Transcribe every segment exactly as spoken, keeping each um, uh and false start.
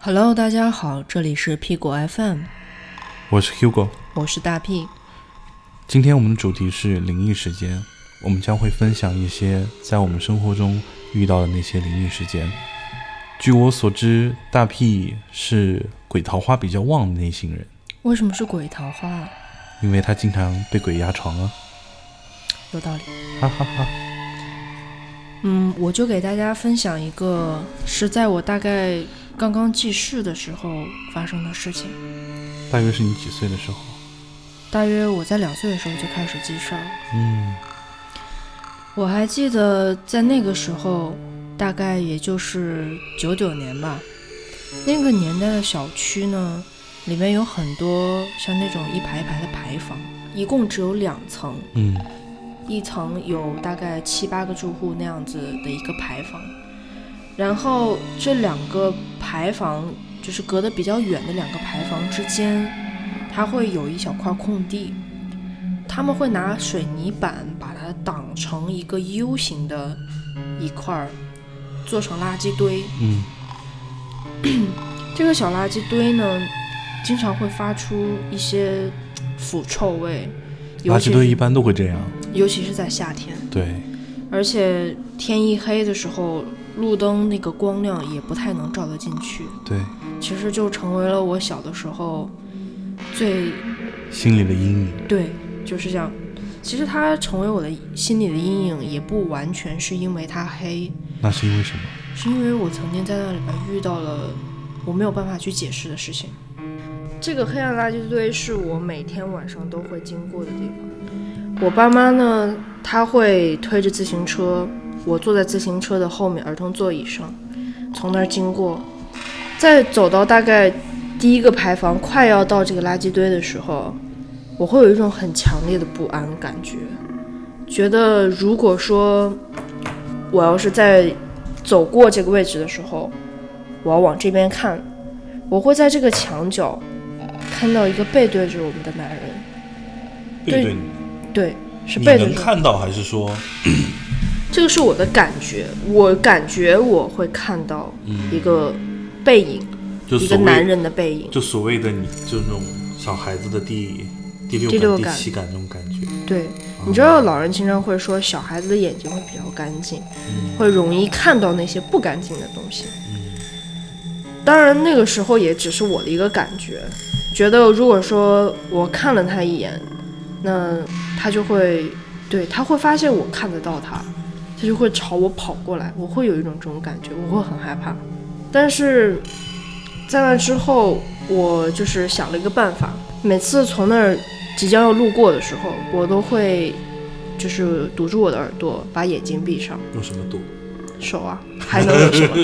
Hello， 大家好，这里是屁股 F M， 我是 Hugo， 我是大屁。 今天我们的主题是灵异事件，我们将会分享一些在我们生活中遇到的那些灵异事件。据我所知，大屁是鬼桃花比较旺的那型人。 为什么是鬼桃花？ 因为他经常被鬼压床啊。 有道理， 哈哈哈。 嗯，我就给大家分享一个是在我大概刚刚记事的时候发生的事情。 大约是你几岁的时候？ 大约我在两岁的时候就开始记事儿。 嗯， 我还记得在那个时候，大概也就是九九年吧。那个年代的小区呢，里面有很多像那种一排一排的牌坊，一共只有两层。 嗯， 一层有大概七八个住户那样子的一个牌坊，然后这两个牌坊就是隔得比较远的两个牌坊之间，它会有一小块空地，他们会拿水泥板把它挡成一个 U 型的一块，做成垃圾堆。 嗯， 这个小垃圾堆呢，经常会发出一些腐臭味。 垃圾堆一般都会这样， 尤其是在夏天。 对， 而且天一黑的时候，路灯那个光亮也不太能照得进去。 对， 其实就成为了我小的时候最心里的阴影。 对，就是这样。其实它成为我的心里的阴影，也不完全是因为它黑。 那是因为什么？ 是因为我曾经在那里边遇到了我没有办法去解释的事情。这个黑暗垃圾堆是我每天晚上都会经过的地方。我爸妈呢，他会推着自行车，我坐在自行车的后面儿童座椅上，从那儿经过。在走到大概第一个牌坊快要到这个垃圾堆的时候，我会有一种很强烈的不安感觉，觉得如果说我要是在走过这个位置的时候，我要往这边看，我会在这个墙角看到一个背对着我们的男人。 背对你？ 对，是背对着。 你能看到还是说？ 这个是我的感觉，我感觉我会看到一个背影， 嗯、 一个男人的背影。 就所谓的你，就那种小孩子的第第六感、 第六感、 第七感那种感觉。 对，你知道老人经常会说，小孩子的眼睛会比较干净，嗯、会容易看到那些不干净的东西。嗯、当然，那个时候也只是我的一个感觉。觉得如果说我看了他一眼，那他就会对他会发现我看得到他，他就会朝我跑过来，我会有一种这种感觉，我会很害怕。但是在那之后，我就是想了一个办法，每次从那儿即将要路过的时候，我都会就是堵住我的耳朵，把眼睛闭上。 用什么堵？ 手啊，还能有什么？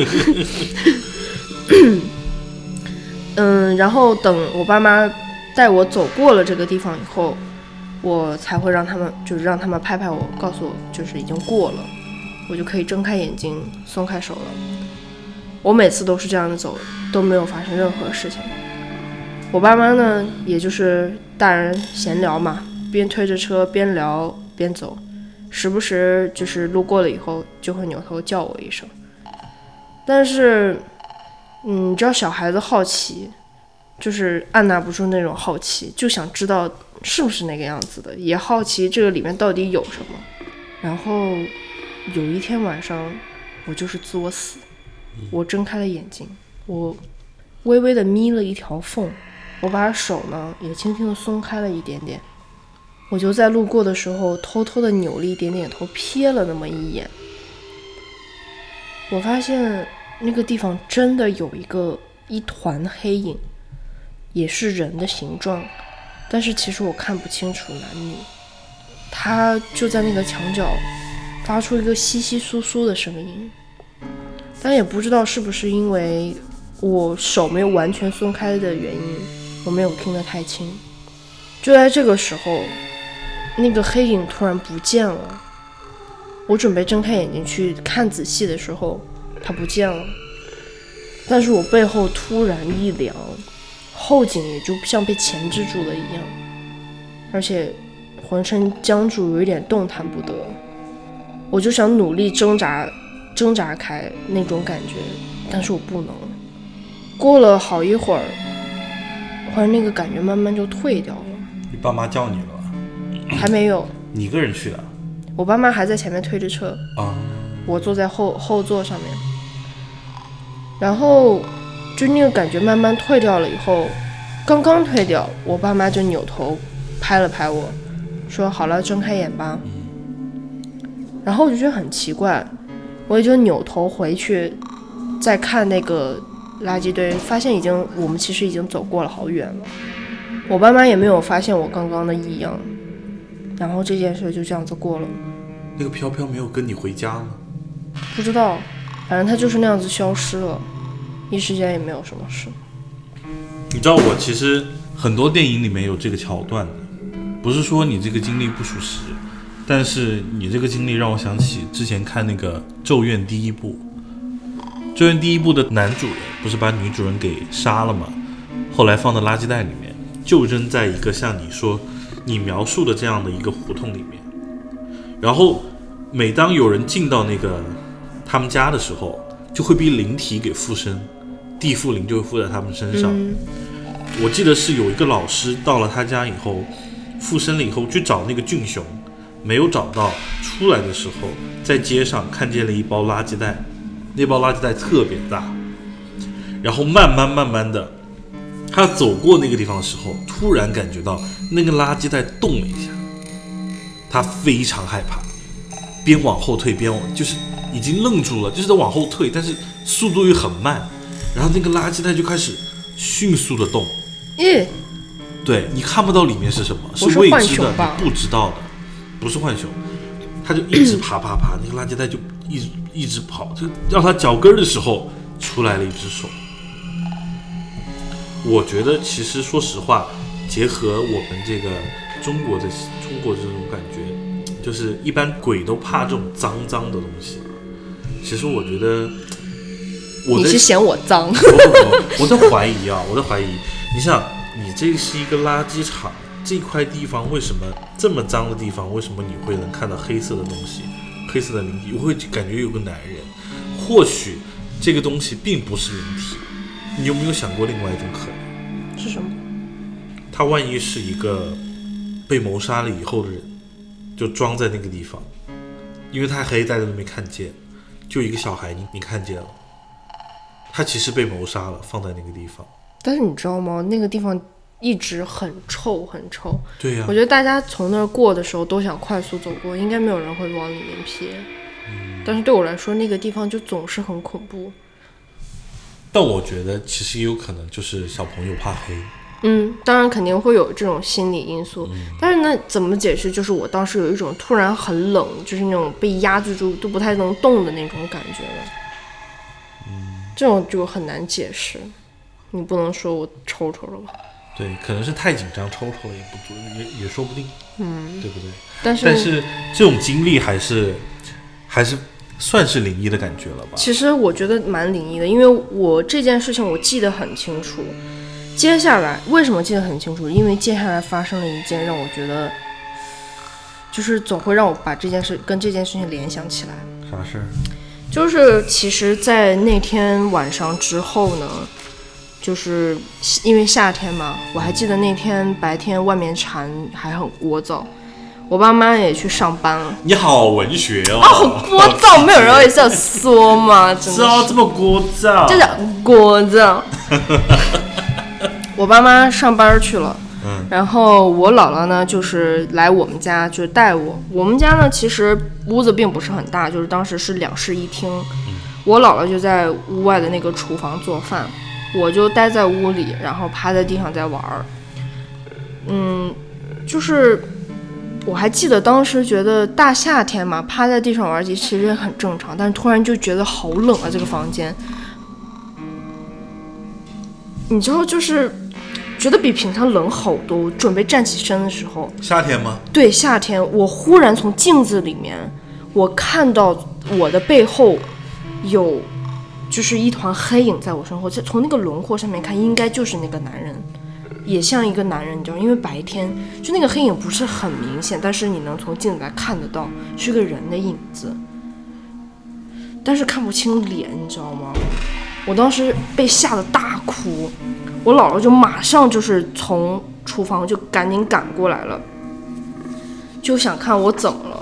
嗯，然后等我爸妈带我走过了这个地方以后，我才会让他们，就是让他们拍拍我，告诉我就是已经过了，我就可以睁开眼睛，松开手了。我每次都是这样的走，都没有发生任何事情。我爸妈呢，也就是大人闲聊嘛，边推着车边聊边走，时不时就是路过了以后，就会扭头叫我一声。但是嗯，你知道小孩子好奇，就是按捺不住那种好奇，就想知道是不是那个样子的，也好奇这个里面到底有什么。然后有一天晚上，我就是作死，我睁开了眼睛，我微微的眯了一条缝，我把手呢也轻轻的松开了一点点，我就在路过的时候偷偷的扭了一点点头，瞥了那么一眼，我发现那个地方真的有一个一团黑影，也是人的形状，但是其实我看不清楚男女。他就在那个墙角发出一个窸窸窣窣的声音，但也不知道是不是因为我手没有完全松开的原因，我没有听得太清。就在这个时候，那个黑影突然不见了，我准备睁开眼睛去看仔细的时候，它不见了，但是我背后突然一凉，后颈也就像被钳制住了一样，而且浑身僵住，有一点动弹不得。我就想努力挣扎挣扎开那种感觉，但是我不能。 过了好一会儿，忽然那个感觉慢慢就退掉了。 你爸妈叫你了吧？ 还没有。 你一个人去的？ 我爸妈还在前面推着车啊， 我坐在后后座上面。然后就那个感觉慢慢退掉了以后，刚刚退掉，我爸妈就扭头拍了拍我，说好了，睁开眼吧。然后我就觉得很奇怪，我也就扭头回去再看那个垃圾堆，发现已经我们其实已经走过了好远了。我爸妈也没有发现我刚刚的异样，然后这件事就这样子过了。 那个飘飘没有跟你回家吗？ 不知道，反正他就是那样子消失了，一时间也没有什么事。 你知道我其实很多电影里面有这个桥段的，不是说你这个经历不属实，但是你这个经历让我想起之前看那个《咒怨》第一部，《咒怨》第一部的男主人不是把女主人给杀了吗？后来放到垃圾袋里面，就扔在一个像你说你描述的这样的一个胡同里面。然后每当有人进到那个他们家的时候，就会被灵体给附身，地缚灵就会附在他们身上、嗯、我记得是有一个老师到了他家以后附身了以后去找那个俊雄，没有找到，出来的时候在街上看见了一包垃圾袋，那包垃圾袋特别大，然后慢慢慢慢的他走过那个地方的时候，突然感觉到那个垃圾袋动了一下，他非常害怕，边往后退边往，就是已经愣住了，就是在往后退，但是速度又很慢，然后那个垃圾袋就开始迅速的动。 咦， 对，你看不到里面是什么，是未知的，你不知道的，不是浣熊，他就一直爬爬爬，那个垃圾袋就一直一直跑，就让他脚跟的时候出来了一只手。我觉得其实说实话，结合我们这个中国的中国这种感觉，就是一般鬼都怕这种脏脏的东西。其实我觉得我， 你是嫌我脏？ 我在怀疑啊，我在怀疑。你想，你这是一个垃圾场，这块地方为什么这么脏的地方，为什么你会能看到黑色的东西，黑色的灵体？我会感觉有个男人，或许这个东西并不是灵体。你有没有想过另外一种可能？ 是什么？ 他万一是一个被谋杀了以后的人，就装在那个地方，因为太黑，大家都没看见，就一个小孩，你你看见了，他其实被谋杀了，放在那个地方。 但是你知道吗？那个地方一直很臭，很臭。 对呀、啊， 我觉得大家从那儿过的时候都想快速走过，应该没有人会往里面瞥。嗯，但是对我来说，那个地方就总是很恐怖。 但我觉得其实也有可能就是小朋友怕黑。 嗯，当然肯定会有这种心理因素、嗯、但是那怎么解释？就是我当时有一种突然很冷，就是那种被压制住都不太能动的那种感觉了。嗯，这种就很难解释，你不能说我抽抽了吧？ 对，可能是太紧张抽抽了也不也也说不定。嗯，对不对？ 但是但是这种经历还是还是算是灵异的感觉了吧？ 其实我觉得蛮灵异的，因为我这件事情我记得很清楚。接下来为什么记得很清楚？因为接下来发生了一件让我觉得，就是总会让我把这件事跟这件事情联想起来。 啥事儿？ 就是其实在那天晚上之后呢，就是因为夏天嘛，我还记得那天白天外面蝉还很聒噪，我爸妈也去上班了。 你好文学哦！ 哦，聒噪，没有人会这样说吗？真的是哦，这么聒噪， 就是聒噪。我爸妈上班去了，嗯，然后我姥姥呢，就是来我们家，就是带我。我们家呢，其实屋子并不是很大，就是当时是两室一厅。嗯、我姥姥就在屋外的那个厨房做饭，我就待在屋里，然后趴在地上在玩儿。嗯，就是我还记得当时觉得大夏天嘛，趴在地上玩其实也很正常，但是突然就觉得好冷啊，这个房间。你知道，就是觉得比平常冷好多。我准备站起身的时候， 夏天吗？ 对，夏天。我忽然从镜子里面，我看到我的背后有就是一团黑影在我身后，从那个轮廓上面看，应该就是那个男人，也像一个男人，你知道，因为白天就那个黑影不是很明显，但是你能从镜子来看得到是个人的影子，但是看不清脸，你知道吗？ 我当时被吓得大哭，我姥姥就马上就是从厨房就赶紧赶过来了，就想看我怎么了。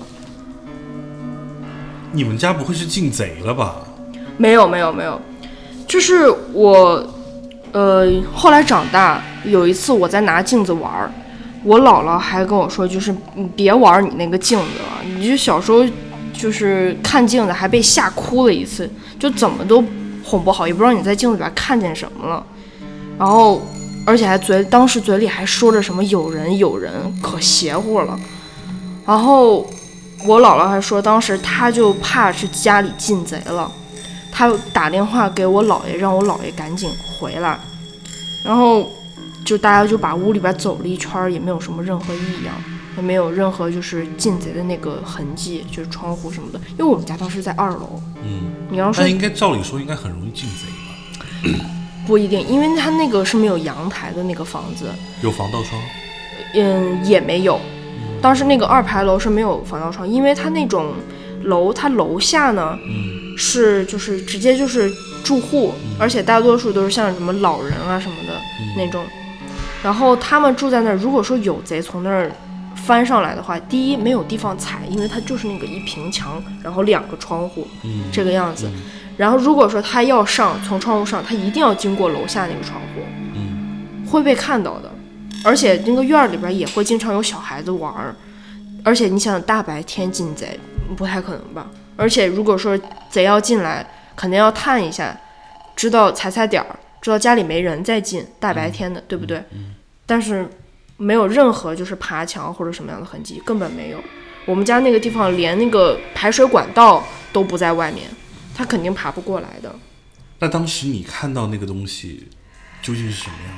你们家不会是进贼了吧？ 没有没有没有，就是我呃后来长大有一次我在拿镜子玩，我姥姥还跟我说，就是你别玩你那个镜子了，你就小时候就是看镜子还被吓哭了一次，就怎么都哄不好，也不知道你在镜子里边看见什么了，然后而且还嘴当时嘴里还说着什么有人有人，可邪乎了。然后我姥姥还说，当时她就怕是家里进贼了，她打电话给我姥爷，让我姥爷赶紧回来。然后就大家就把屋里边走了一圈，也没有什么任何异样，也没有任何就是进贼的那个痕迹，就是窗户什么的。因为我们家当时在二楼， 嗯， 你要说那应该照理说应该很容易进贼吧？ 不一定，因为它那个是没有阳台的那个房子， 有防盗窗？ 嗯，也没有。当时那个二排楼是没有防盗窗，因为它那种楼，它楼下呢， 嗯， 是就是直接就是住户，嗯、而且大多数都是像什么老人啊什么的、嗯、那种。然后他们住在那儿，如果说有贼从那儿翻上来的话，第一没有地方踩，因为它就是那个一平墙，然后两个窗户， 嗯， 这个样子。 嗯、 然后如果说他要上从窗户上，他一定要经过楼下那个窗户， 嗯， 会被看到的。而且那个院里边也会经常有小孩子玩，而且你想大白天进贼不太可能吧？而且如果说贼要进来，肯定要探一下，知道踩踩点儿，知道家里没人再进，大白天的，对不对？ 嗯， 但是没有任何就是爬墙或者什么样的痕迹，根本没有。我们家那个地方连那个排水管道都不在外面，他肯定爬不过来的。 那当时你看到那个东西究竟是什么样的？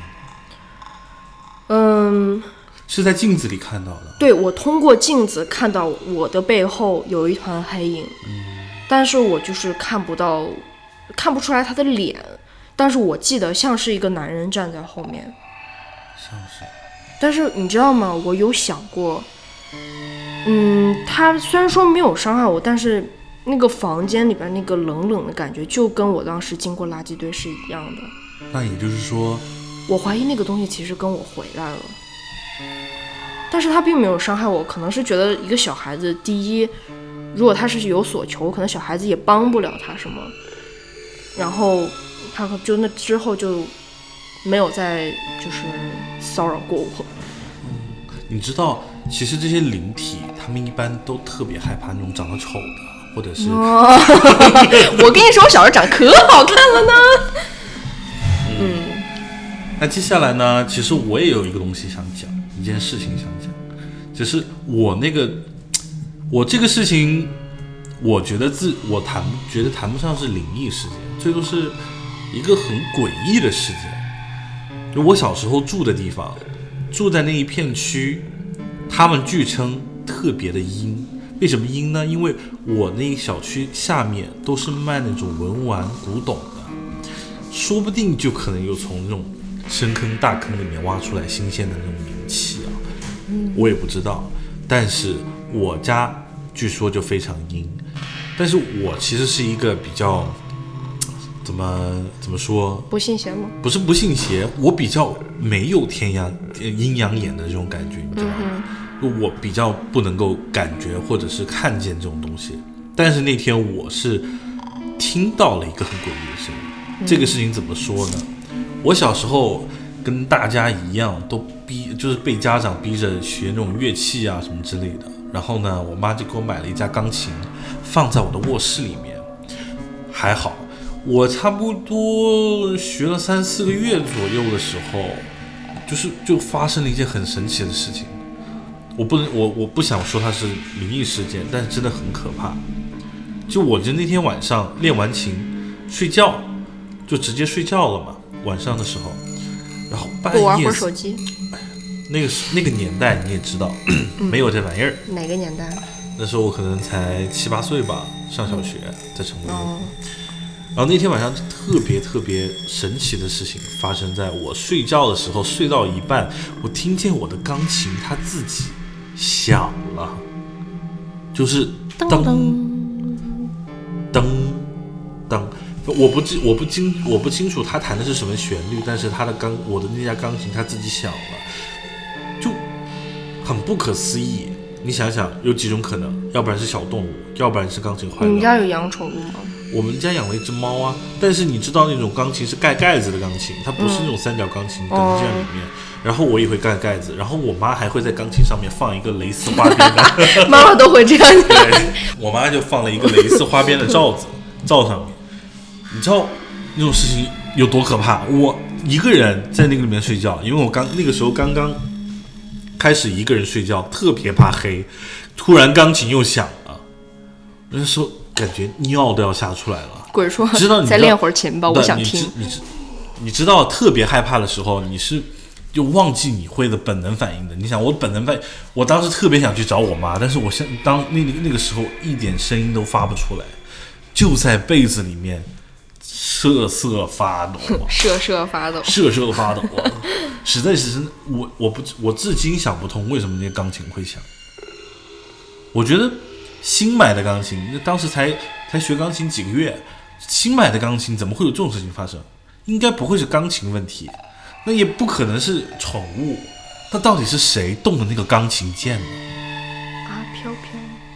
嗯， 是在镜子里看到的。 对，我通过镜子看到我的背后有一团黑影， 嗯， 但是我就是看不到，看不出来他的脸，但是我记得像是一个男人站在后面， 像是。 但是你知道吗？我有想过，嗯，他虽然说没有伤害我，但是那个房间里边那个冷冷的感觉，就跟我当时经过垃圾堆是一样的。 那也就是说， 我怀疑那个东西其实跟我回来了，但是他并没有伤害我，可能是觉得一个小孩子，第一，如果他是有所求，可能小孩子也帮不了他什么，然后他就那之后就没有再就是骚扰过我。 嗯，你知道，其实这些灵体，他们一般都特别害怕那种长得丑的，或者是…… 哦、我跟你说，我小时候长可好看了呢。嗯。 那接下来呢，其实我也有一个东西想讲，一件事情想讲，就是我那个，我这个事情，我觉得自我谈觉得谈不上是灵异事件，最多是一个很诡异的事件。就我小时候住的地方，住在那一片区，他们据称特别的阴。为什么阴呢？因为我那小区下面都是卖那种文玩古董的，说不定就可能有从那种深坑大坑里面挖出来新鲜的那种灵气啊，我也不知道。但是我家据说就非常阴，但是我其实是一个比较怎么怎么说， 不信邪吗？ 不是不信邪，我比较没有天阳阴阳眼的这种感觉，你知道吗？嗯、我比较不能够感觉或者是看见这种东西。但是那天我是听到了一个很诡异的声音，嗯、这个事情怎么说呢？我小时候跟大家一样，都逼就是被家长逼着学那种乐器啊什么之类的。然后呢，我妈就给我买了一架钢琴，放在我的卧室里面。还好，我差不多学了三四个月左右的时候，就是就发生了一件很神奇的事情。我不能，我我不想说它是灵异事件，但是真的很可怕。就我就那天晚上练完琴睡觉，就直接睡觉了嘛。晚上的时候，然后半夜不玩会儿手机。 那个那个年代你也知道，没有这玩意儿。 哪个年代？ 那时候我可能才七八岁吧，上小学，在成都。 哦。 然后那天晚上特别特别神奇的事情发生在我睡觉的时候，睡到一半，我听见我的钢琴它自己响了，就是噔噔噔， 我不记我不清我不清楚他弹的是什么旋律，但是他的钢我的那架钢琴他自己响了，就很不可思议。你想想，有几种可能？要不然是小动物，要不然是钢琴坏了。 你家有养宠物吗？ 我们家养了一只猫啊，但是你知道那种钢琴是盖盖子的钢琴，它不是那种三角钢琴等这样里面、哦、然后我也会盖盖子，然后我妈还会在钢琴上面放一个蕾丝花边的妈妈都会这样对，我妈就放了一个蕾丝花边的罩子罩上面。你知道那种事情有多可怕？我一个人在那个里面睡觉，因为我刚那个时候刚刚开始一个人睡觉，特别怕黑，突然钢琴又响了，那时候感觉尿都要下出来了。 鬼说知道你再练会儿琴吧，我想听。 你知你知道特别害怕的时候，你是就忘记你会的本能反应的。你想我本能反应，我当时特别想去找我妈，但是我现当那那个时候一点声音都发不出来，就在被子里面瑟瑟发抖， 瑟瑟发抖， 瑟瑟发抖啊！实在是我我不我至今想不通为什么那些钢琴会响。我觉得新买的钢琴，那当时才才学钢琴几个月，新买的钢琴怎么会有这种事情发生？应该不会是钢琴问题，那也不可能是宠物，那到底是谁动的那个钢琴键呢？ 啊，飘飘，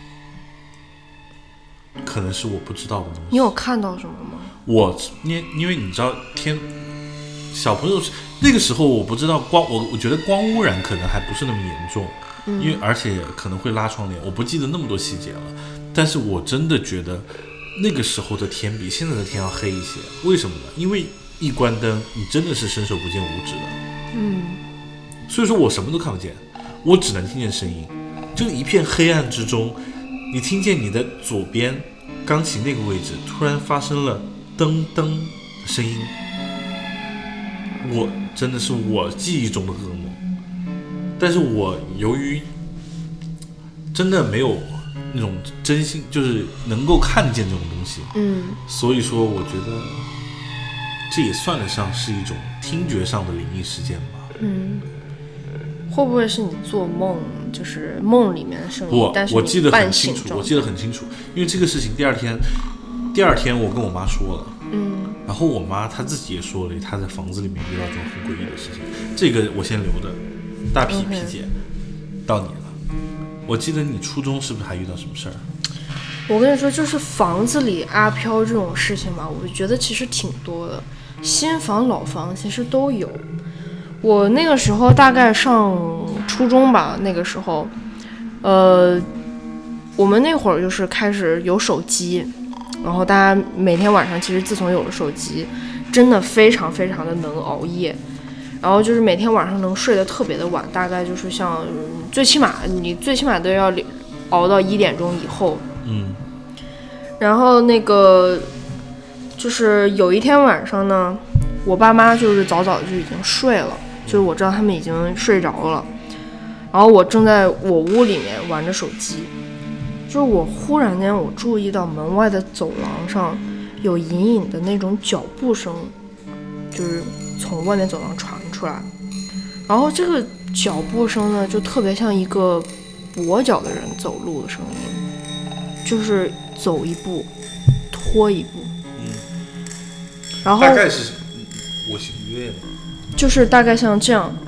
可能是我不知道的东西。 你有看到什么吗？ 我因因为你知道天小朋友那个时候我不知道光我我觉得光污染可能还不是那么严重，因为而且可能会拉窗帘，我不记得那么多细节了，但是我真的觉得那个时候的天比现在的天要黑一些。为什么呢？因为一关灯你真的是伸手不见五指的， 嗯， 所以说我什么都看不见，我只能听见声音，就一片黑暗之中，你听见你的左边钢琴那个位置突然发生了噔噔的声音，我真的是我记忆中的噩梦。但是我由于真的没有那种真心，就是能够看见这种东西， 嗯， 所以说我觉得这也算得上是一种听觉上的灵异事件吧。 嗯，会不会是你做梦，就是梦里面的声音？ 不， 但是我记得很清楚， 半醒我记得很清楚，因为这个事情第二天，第二天我跟我妈说了， 嗯， 然后我妈她自己也说了，她在房子里面遇到这种很诡异的事情。这个我先留着，大屁屁姐， okay. 到你了。我记得你初中是不是还遇到什么事儿？ 我跟你说，就是房子里阿飘这种事情吧，我觉得其实挺多的，新房老房其实都有。我那个时候大概上初中吧，那个时候，呃，我们那会儿就是开始有手机，然后大家每天晚上其实自从有了手机，真的非常非常的能熬夜，然后就是每天晚上能睡得特别的晚，大概就是像最起码你最起码都要熬到一点钟以后。 嗯， 然后那个就是有一天晚上呢，我爸妈就是早早就已经睡了，就是我知道他们已经睡着了，然后我正在我屋里面玩着手机，就是我忽然间我注意到门外的走廊上有隐隐的那种脚步声，就是从外面走廊传出来，然后这个脚步声呢就特别像一个跛脚的人走路的声音，就是走一步拖一步， 嗯， 然后大概是我行乐吗？ 就是大概像这样，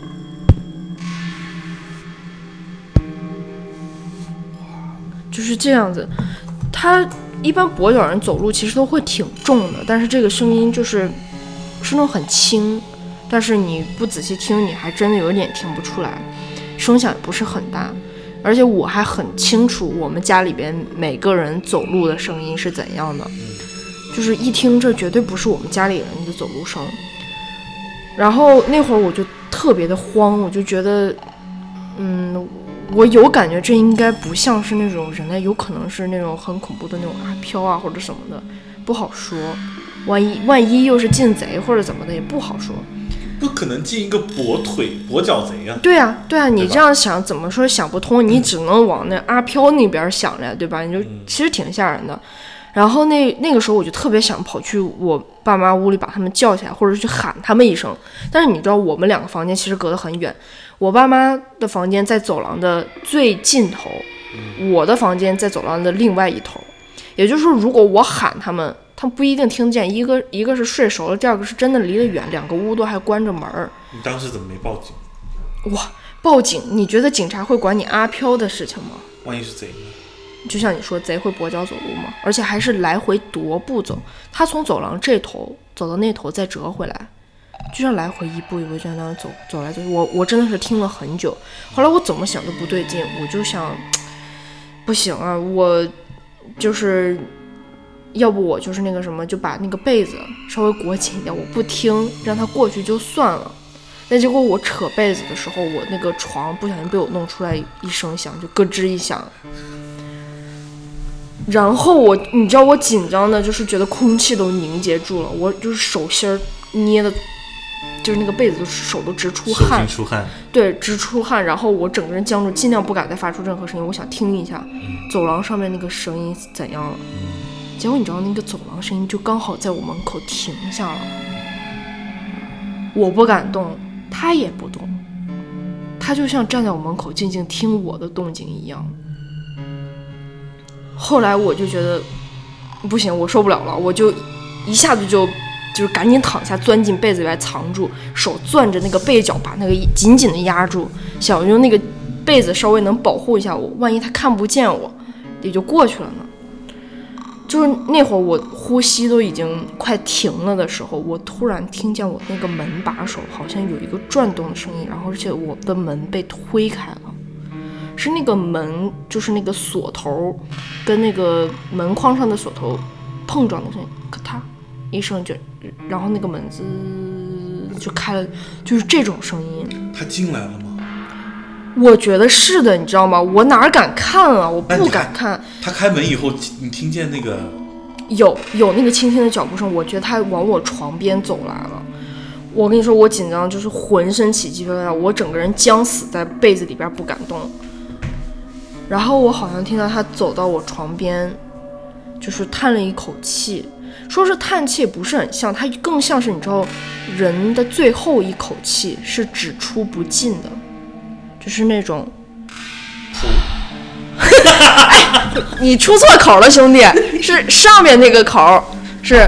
就是这样子。他一般跛脚人走路其实都会挺重的，但是这个声音就是是那种很轻，但是你不仔细听，你还真的有点听不出来，声响也不是很大。而且我还很清楚我们家里边每个人走路的声音是怎样的，就是一听这绝对不是我们家里人的走路声。然后那会儿我就特别的慌，我就觉得嗯，我有感觉这应该不像是那种人类，有可能是那种很恐怖的那种阿飘啊或者什么的，不好说，万一万一又是进贼或者怎么的也不好说。 不可能进一个跛腿跛脚贼啊！ 对啊，对啊，你这样想怎么说想不通？你只能往那阿飘那边想着，对吧？你就其实挺吓人的。然后那那个时候我就特别想跑去我爸妈屋里把他们叫起来，或者去喊他们一声。但是你知道我们两个房间其实隔得很远，我爸妈的房间在走廊的最尽头，我的房间在走廊的另外一头。也就是说，如果我喊他们，他他们不一定听得见，一个一个是睡熟了，第二个是真的离得远，两个屋都还关着门儿。 你当时怎么没报警？ 哇，报警？你觉得警察会管你阿飘的事情吗？ 万一是贼呢？ 就像你说，贼会跛脚走路吗？而且还是来回踱步走，他从走廊这头走到那头再折回来，就像来回一步一步这样走走来走去。我我真的是听了很久，后来我怎么想都不对劲，我就想，不行啊，我就是要不我就是那个什么，就把那个被子稍微裹紧一点，我不听，让他过去就算了。但结果我扯被子的时候，我那个床不小心被我弄出来一声响，就咯吱一响。然后我，你知道我紧张的，就是觉得空气都凝结住了，我就是手心捏的，就是那个被子都手都直出汗， 手心出汗， 对，直出汗。然后我整个人僵住，尽量不敢再发出任何声音，我想听一下、嗯、走廊上面那个声音怎样了。嗯、结果你知道那个走廊声音就刚好在我门口停下了，我不敢动，他也不动，他就像站在我门口静静听我的动静一样。后来我就觉得不行，我受不了了，我就一下子就就是赶紧躺下，钻进被子里来藏住，手攥着那个被角，把那个紧紧的压住，想用那个被子稍微能保护一下我，万一他看不见我也就过去了呢。就是那会儿我呼吸都已经快停了的时候，我突然听见我那个门把手好像有一个转动的声音，然后而且我的门被推开了，是那个门就是那个锁头跟那个门框上的锁头碰撞的声音，咔嗒一声就，然后那个门子就开了，就是这种声音。 他进来了吗？ 我觉得是的，你知道吗？我哪敢看啊，我不敢看。 他开门以后，你听见那个有有那个轻轻的脚步声，我觉得他往我床边走来了。我跟你说，我紧张就是浑身起鸡皮疙瘩，我整个人僵死在被子里边不敢动。然后我好像听到他走到我床边，就是叹了一口气。说是叹气不是很像，他更像是你知道人的最后一口气是只出不进的，就是那种哎，你出错口了兄弟，是上面那个口是。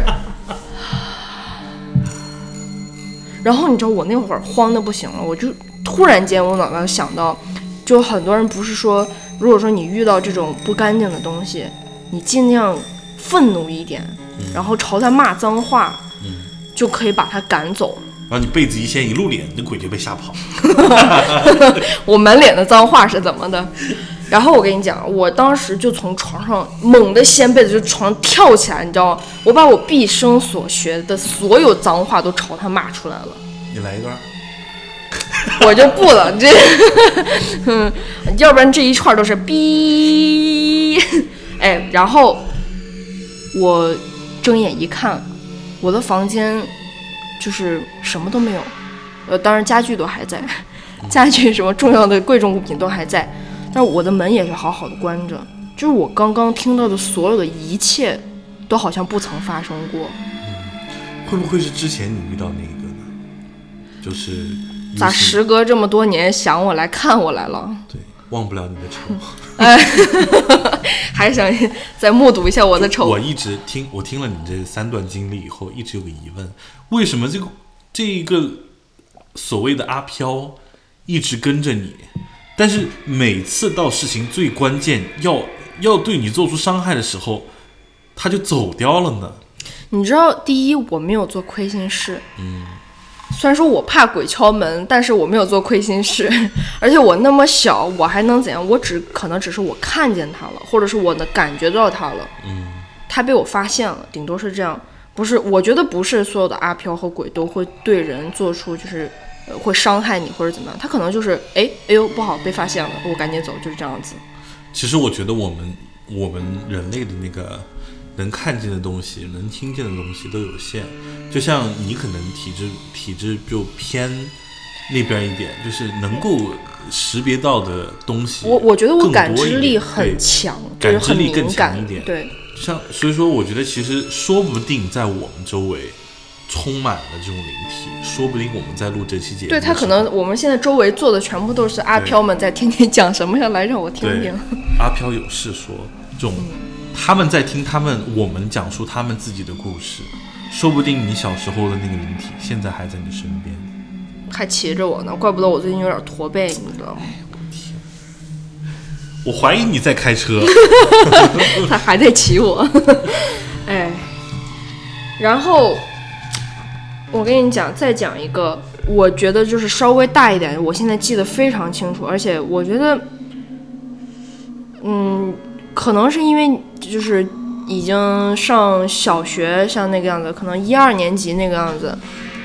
然后你知道我那会儿慌的不行了，我就突然间我脑袋想到，就很多人不是说，如果说你遇到这种不干净的东西，你尽量愤怒一点，然后朝他骂脏话，嗯、就可以把他赶走。 然后你被子一掀一露脸，那鬼就被吓跑。 我满脸的脏话是怎么的？然后我跟你讲，我当时就从床上猛地掀被子，就床跳起来，你知道吗？我把我毕生所学的所有脏话都朝他骂出来了。 你来一段。 我就不了，这，嗯，要不然这一串都是逼。哎，然后我睁眼一看，我的房间就是什么都没有，呃，当然家具都还在，家具什么重要的贵重物品都还在，但是我的门也是好好的关着，就是我刚刚听到的所有的一切都好像不曾发生过。 嗯，会不会是之前你遇到那个呢？就是咋时隔这么多年想我来看我来了？ 对，忘不了你的丑。 哎，还想再目睹一下我的丑。 我一直听，我听了你这三段经历以后，一直有个疑问：为什么这个这个所谓的阿飘一直跟着你，但是每次到事情最关键要要对你做出伤害的时候，他就走掉了呢？ 你知道，第一，我没有做亏心事。嗯。虽然说我怕鬼敲门，但是我没有做亏心事，而且我那么小，我还能怎样？我只可能只是我看见他了，或者是我能感觉到他了，嗯，他被我发现了，顶多是这样。不是，我觉得不是所有的阿飘和鬼都会对人做出就是、呃、会伤害你或者怎么样，他可能就是哎哎呦不好被发现了，我赶紧走，就是这样子。 其实我觉得我们我们人类的那个能看见的东西，能听见的东西都有限。就像你可能体质体质就偏那边一点，就是能够识别到的东西， 我我觉得我感知力很强， 感知力更强一点。 对， 像所以说，我觉得其实说不定在我们周围充满了这种灵体，说不定我们在录这期节目， 对，他可能我们现在周围坐的全部都是阿飘们在听听讲什么呀，来让我听听。 阿飘有事说，这种、嗯、他们在听他们我们讲述他们自己的故事，说不定你小时候的那个灵体现在还在你身边， 还骑着我呢，怪不得我最近有点驼背，你知道吗？ 我怀疑你在开车。 他还在骑我。哎，然后我跟你讲，再讲一个，我觉得就是稍微大一点，我现在记得非常清楚，而且我觉得嗯可能是因为就是已经上小学，像那个样子，可能一二年级那个样子，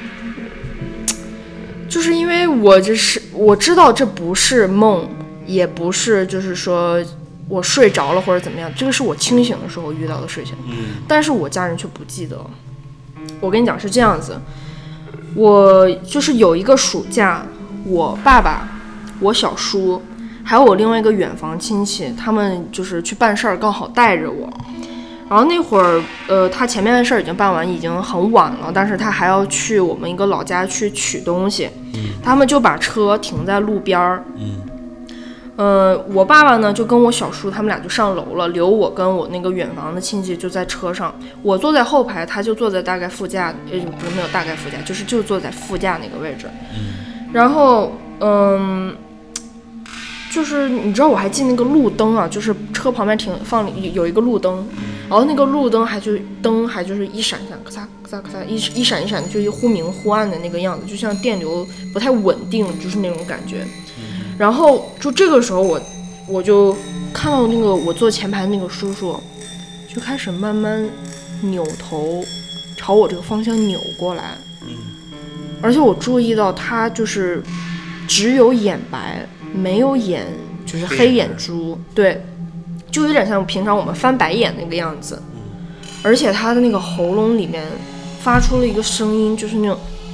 就是因为我这是我知道这不是梦，也不是就是说我睡着了或者怎么样，这个是我清醒的时候遇到的事情， 嗯， 但是我家人却不记得。我跟你讲是这样子，我就是有一个暑假，我爸爸、我小叔还有我另外一个远房亲戚，他们就是去办事儿，刚好带着我。然后那会儿，呃，他前面的事儿已经办完，已经很晚了，但是他还要去我们一个老家去取东西， 嗯， 他们就把车停在路边儿， 嗯。 呃，我爸爸呢就跟我小叔他们俩就上楼了，留我跟我那个远房的亲戚就在车上，我坐在后排，他就坐在大概副驾，呃，不是没有大概副驾，就是就坐在副驾那个位置。 嗯， 然后，嗯，就是你知道我还记那个路灯啊，就是车旁边停放有一个路灯，然后那个路灯还就灯还就是一闪闪，咔嚓咔嚓咔嚓，一一闪一闪的，就一忽明忽暗的那个样子，就像电流不太稳定，就是那种感觉。然后就这个时候我我就看到那个我坐前排那个叔叔就开始慢慢扭头朝我这个方向扭过来，而且我注意到他就是只有眼白没有眼，就是黑眼珠，对，就有点像平常我们翻白眼那个样子，而且他的那个喉咙里面发出了一个声音，就是那种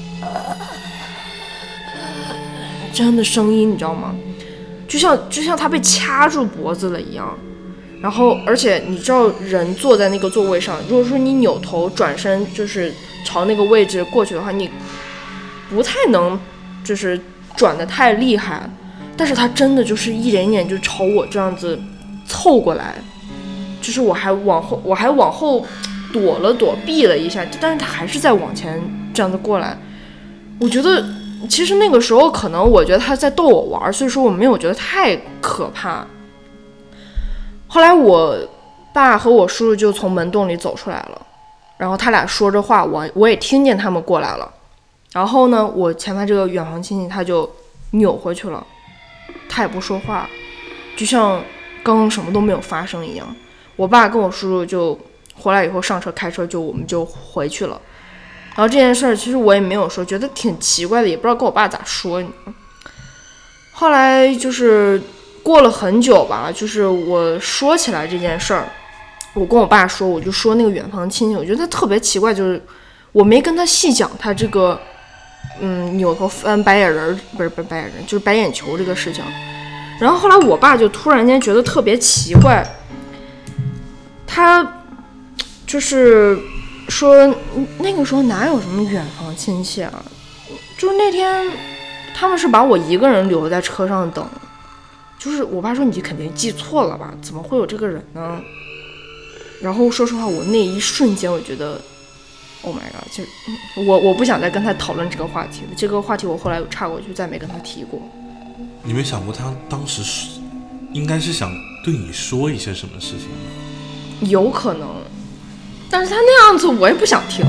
这样的声音，你知道吗？就像就像他被掐住脖子了一样。然后，而且你知道，人坐在那个座位上，如果说你扭头转身，就是朝那个位置过去的话，你不太能就是转得太厉害。但是他真的就是一点点就朝我这样子凑过来，就是我还往后，我还往后躲了躲，避了一下，但是他还是在往前这样子过来。我觉得。其实那个时候可能我觉得他在逗我玩，所以说我没有觉得太可怕。后来我爸和我叔叔就从门洞里走出来了，然后他俩说着话，我我也听见他们过来了。然后呢，我前排这个远房亲戚他就扭回去了，他也不说话，就像刚刚什么都没有发生一样。我爸跟我叔叔就回来以后上车开车，就我们就回去了。然后这件事儿其实我也没有说，觉得挺奇怪的，也不知道跟我爸咋说。后来就是过了很久吧，就是我说起来这件事儿，我跟我爸说，我就说那个远房亲戚，我觉得他特别奇怪，就是我没跟他细讲他这个嗯扭头翻白眼人，不是不是白眼人，就是白眼球这个事情。然后后来我爸就突然间觉得特别奇怪，他就是说那个时候哪有什么远房亲戚啊，就是那天他们是把我一个人留在车上等，就是我爸说你肯定记错了吧，怎么会有这个人呢？然后说实话，我那一瞬间我觉得 Oh my god， 就我我不想再跟他讨论这个话题了，这个话题我后来有岔过去，再没跟他提过。 你没想过他当时应该是想对你说一些什么事情吗？ 有可能，但是他那样子我也不想听。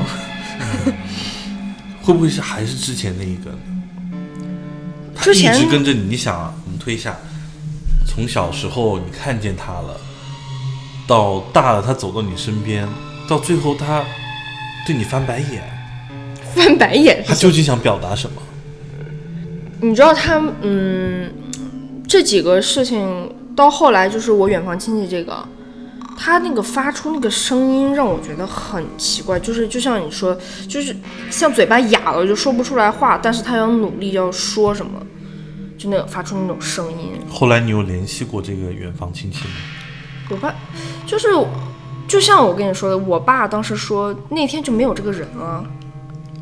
会不会是还是之前那一个呢？ 之前他一直跟着你，你想啊，我们推一下，从小时候你看见他了，到大了他走到你身边，到最后他对你翻白眼。 翻白眼， 他究竟想表达什么？ 你知道他嗯，这几个事情到后来就是我远房亲戚这个，他那个发出那个声音让我觉得很奇怪，就是就像你说，就是像嘴巴哑了就说不出来话，但是他要努力要说什么，就那个发出那种声音。 后来你有联系过这个远房亲戚吗？ 我爸就是就像我跟你说的，我爸当时说那天就没有这个人啊，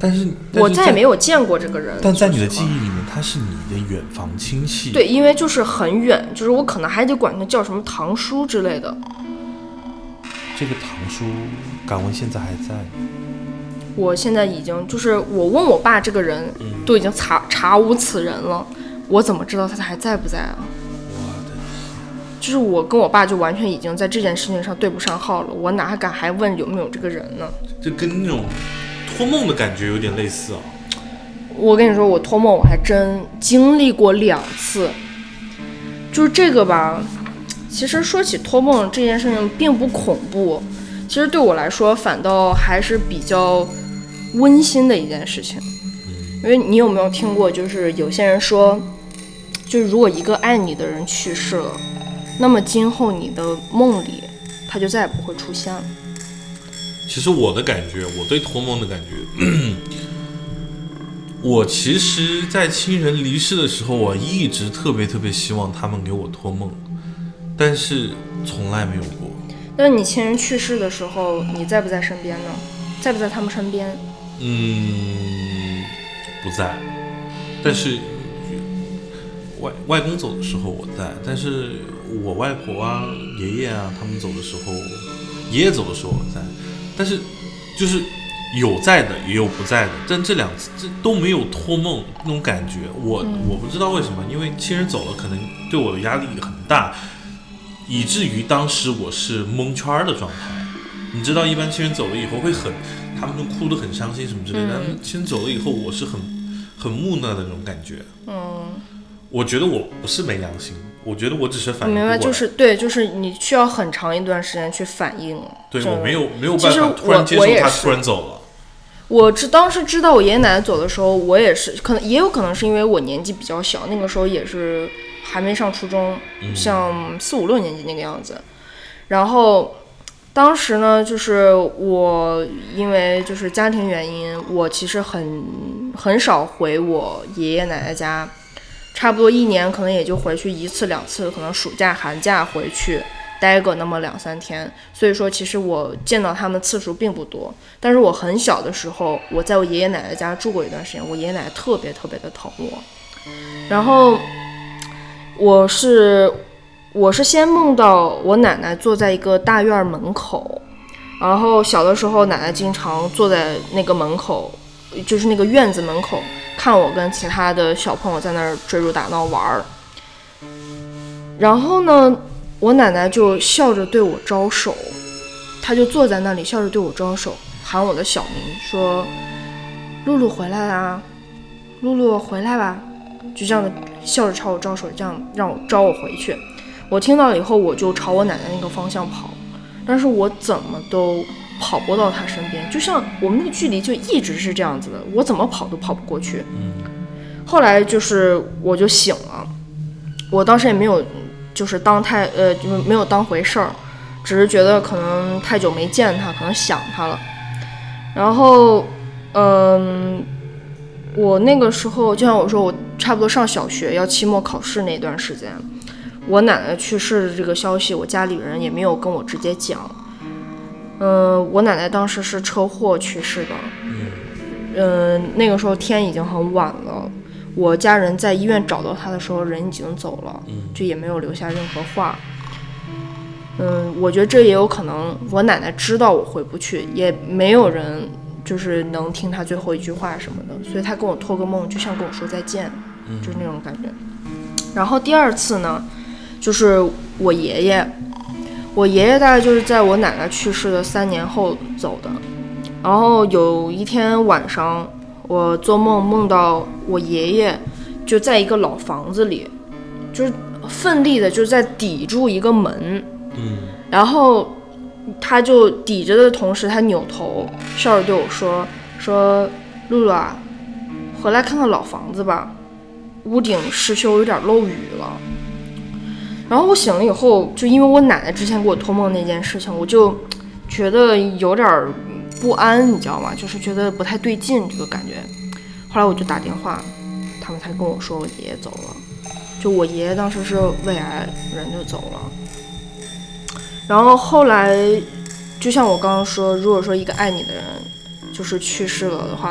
但是我再也没有见过这个人。 但在你的记忆里面，他是你的远房亲戚。 对，因为就是很远，就是我可能还得管他叫什么堂叔之类的。 这个堂叔，敢问现在还在？ 我现在已经就是我问我爸，这个人都已经查查无此人了，我怎么知道他还在不在啊？ 我的天！ 就是我跟我爸就完全已经在这件事情上对不上号了，我哪还敢还问有没有这个人呢？ 这跟那种托梦的感觉有点类似啊。 我跟你说，我托梦我还真经历过两次，就是这个吧。其实说起托梦这件事情并不恐怖，其实对我来说反倒还是比较温馨的一件事情。因为你有没有听过，就是有些人说，就是如果一个爱你的人去世了，那么今后你的梦里他就再也不会出现了。 其实我的感觉，我对托梦的感觉，我其实在亲人离世的时候，我一直特别特别希望他们给我托梦，但是从来没有过。 那你亲人去世的时候，你在不在身边呢？在不在他们身边？ 嗯，不在。但是外外公走的时候我在，但是我外婆啊、爷爷啊他们走的时候，爷爷走的时候我在，但是就是有在的也有不在的，但这两次这都没有托梦那种感觉。我、嗯、我不知道为什么，因为亲人走了，可能对我的压力很大，以至于当时我是蒙圈的状态。你知道，一般亲人走了以后会很，他们都哭得很伤心什么之类的。但、嗯、亲人走了以后，我是很很木讷的那种感觉。嗯，我觉得我不是没良心，我觉得我只是反应不过来。 明白，就是对，就是你需要很长一段时间去反应。 对，我没有没有办法突然接受他突然走了。 我知当时知道我爷爷奶奶走的时候，我也是，可能也有可能是因为我年纪比较小，那个时候也是还没上初中，嗯、像四五六年级那个样子。然后当时呢，就是我因为就是家庭原因，我其实很很少回我爷爷奶奶家，差不多一年可能也就回去一次两次，可能暑假寒假回去待个那么两三天，所以说其实我见到他们次数并不多。但是我很小的时候，我在我爷爷奶奶家住过一段时间，我爷爷奶奶特别特别的疼我。然后我是我是先梦到我奶奶坐在一个大院门口，然后小的时候奶奶经常坐在那个门口，就是那个院子门口，看我跟其他的小朋友在那儿追逐打闹玩儿。然后呢，我奶奶就笑着对我招手，她就坐在那里笑着对我招手，喊我的小名，说露露回来啦，露露回来吧，就这样的笑着朝我招手，这样让我招我回去。我听到了以后，我就朝我奶奶那个方向跑，但是我怎么都跑不到她身边，就像我们那个距离就一直是这样子的，我怎么跑都跑不过去。后来就是我就醒了，我当时也没有就是当太呃就是没有当回事儿，只是觉得可能太久没见她，可能想她了。然后嗯，我那个时候就像我说，我差不多上小学要期末考试那段时间，我奶奶去世的这个消息，我家里人也没有跟我直接讲。嗯、呃，我奶奶当时是车祸去世的。嗯、呃，那个时候天已经很晚了，我家人在医院找到她的时候，人已经走了，就也没有留下任何话。嗯，我觉得这也有可能，我奶奶知道我回不去，也没有人就是能听她最后一句话什么的，所以她跟我托个梦，就像跟我说再见，就是那种感觉。然后第二次呢，就是我爷爷，我爷爷大概就是在我奶奶去世的三年后走的。然后有一天晚上，我做梦梦到我爷爷就在一个老房子里，就是奋力的就在抵住一个门，嗯，然后他就抵着的同时，他扭头笑着对我说：“说露露啊，回来看看老房子吧，屋顶失修，有点漏雨了。”然后我醒了以后，就因为我奶奶之前给我托梦那件事情，我就觉得有点不安，你知道吗？就是觉得不太对劲这个感觉。后来我就打电话，他们才跟我说我爷爷走了，就我爷爷当时是胃癌，人就走了。然后后来就像我刚刚说，如果说一个爱你的人就是去世了的话，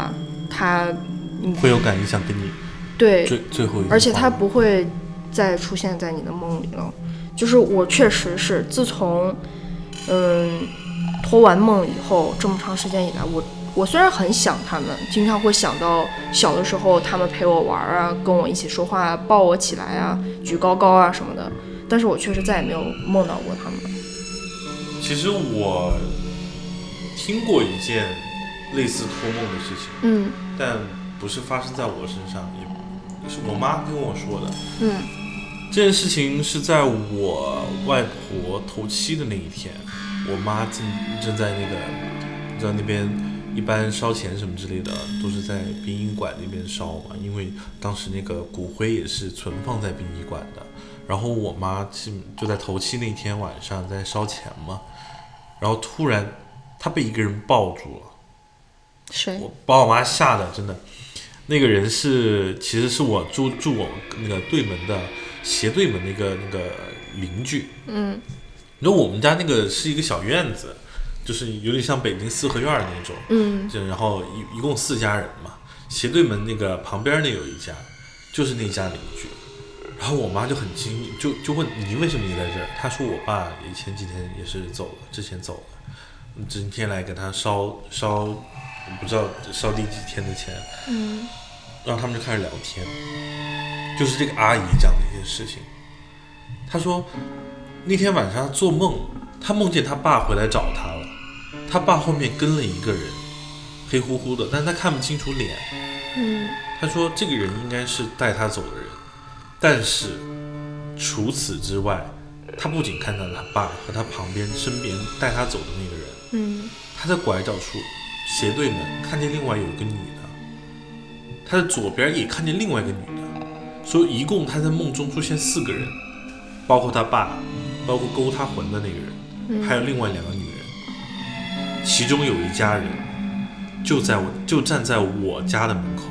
他会有感应想跟你对最最后一， 而且他不会再出现在你的梦里了。就是我确实是自从嗯托完梦以后，这么长时间以来，我我虽然很想他们，经常会想到小的时候他们陪我玩啊，跟我一起说话，抱我起来啊，举高高啊什么的，但是我确实再也没有梦到过他们。 其实我听过一件类似托梦的事情， 嗯， 但不是发生在我身上，也是我妈跟我说的。 嗯， 这件事情是在我外婆头七的那一天，我妈正正在那个，你知道那边一般烧钱什么之类的都是在殡仪馆那边烧嘛，因为当时那个骨灰也是存放在殡仪馆的。然后我妈就在头七那天晚上在烧钱嘛，然后突然她被一个人抱住了。 谁？ 我把我妈吓得真的。那个人是其实是我住住我那个对门的斜对门那个那个邻居。 嗯， 然后我们家那个是一个小院子，就是有点像北京四合院那种。 嗯， 就然后一一共四家人嘛，斜对门那个旁边那有一家，就是那家邻居。然后我妈就很惊，就就问你为什么你在这儿？她说我爸也前几天也是走了，之前走了，今天来给他烧烧，我不知道烧第几天的钱。 嗯， 然后他们就开始聊天，就是这个阿姨讲的一些事情。她说那天晚上做梦，她梦见她爸回来找她了，她爸后面跟了一个人，黑乎乎的，但是她看不清楚脸。 嗯， 她说这个人应该是带她走的人。但是除此之外，他不仅看到了他爸和他旁边身边带他走的那个人， 嗯， 他在拐角处斜对门看见另外有一个女的，他的左边也看见另外一个女的，所以一共他在梦中出现四个人，包括他爸，包括勾他魂的那个人， 嗯， 还有另外两个女人，其中有一家人就在我就站在我家的门口。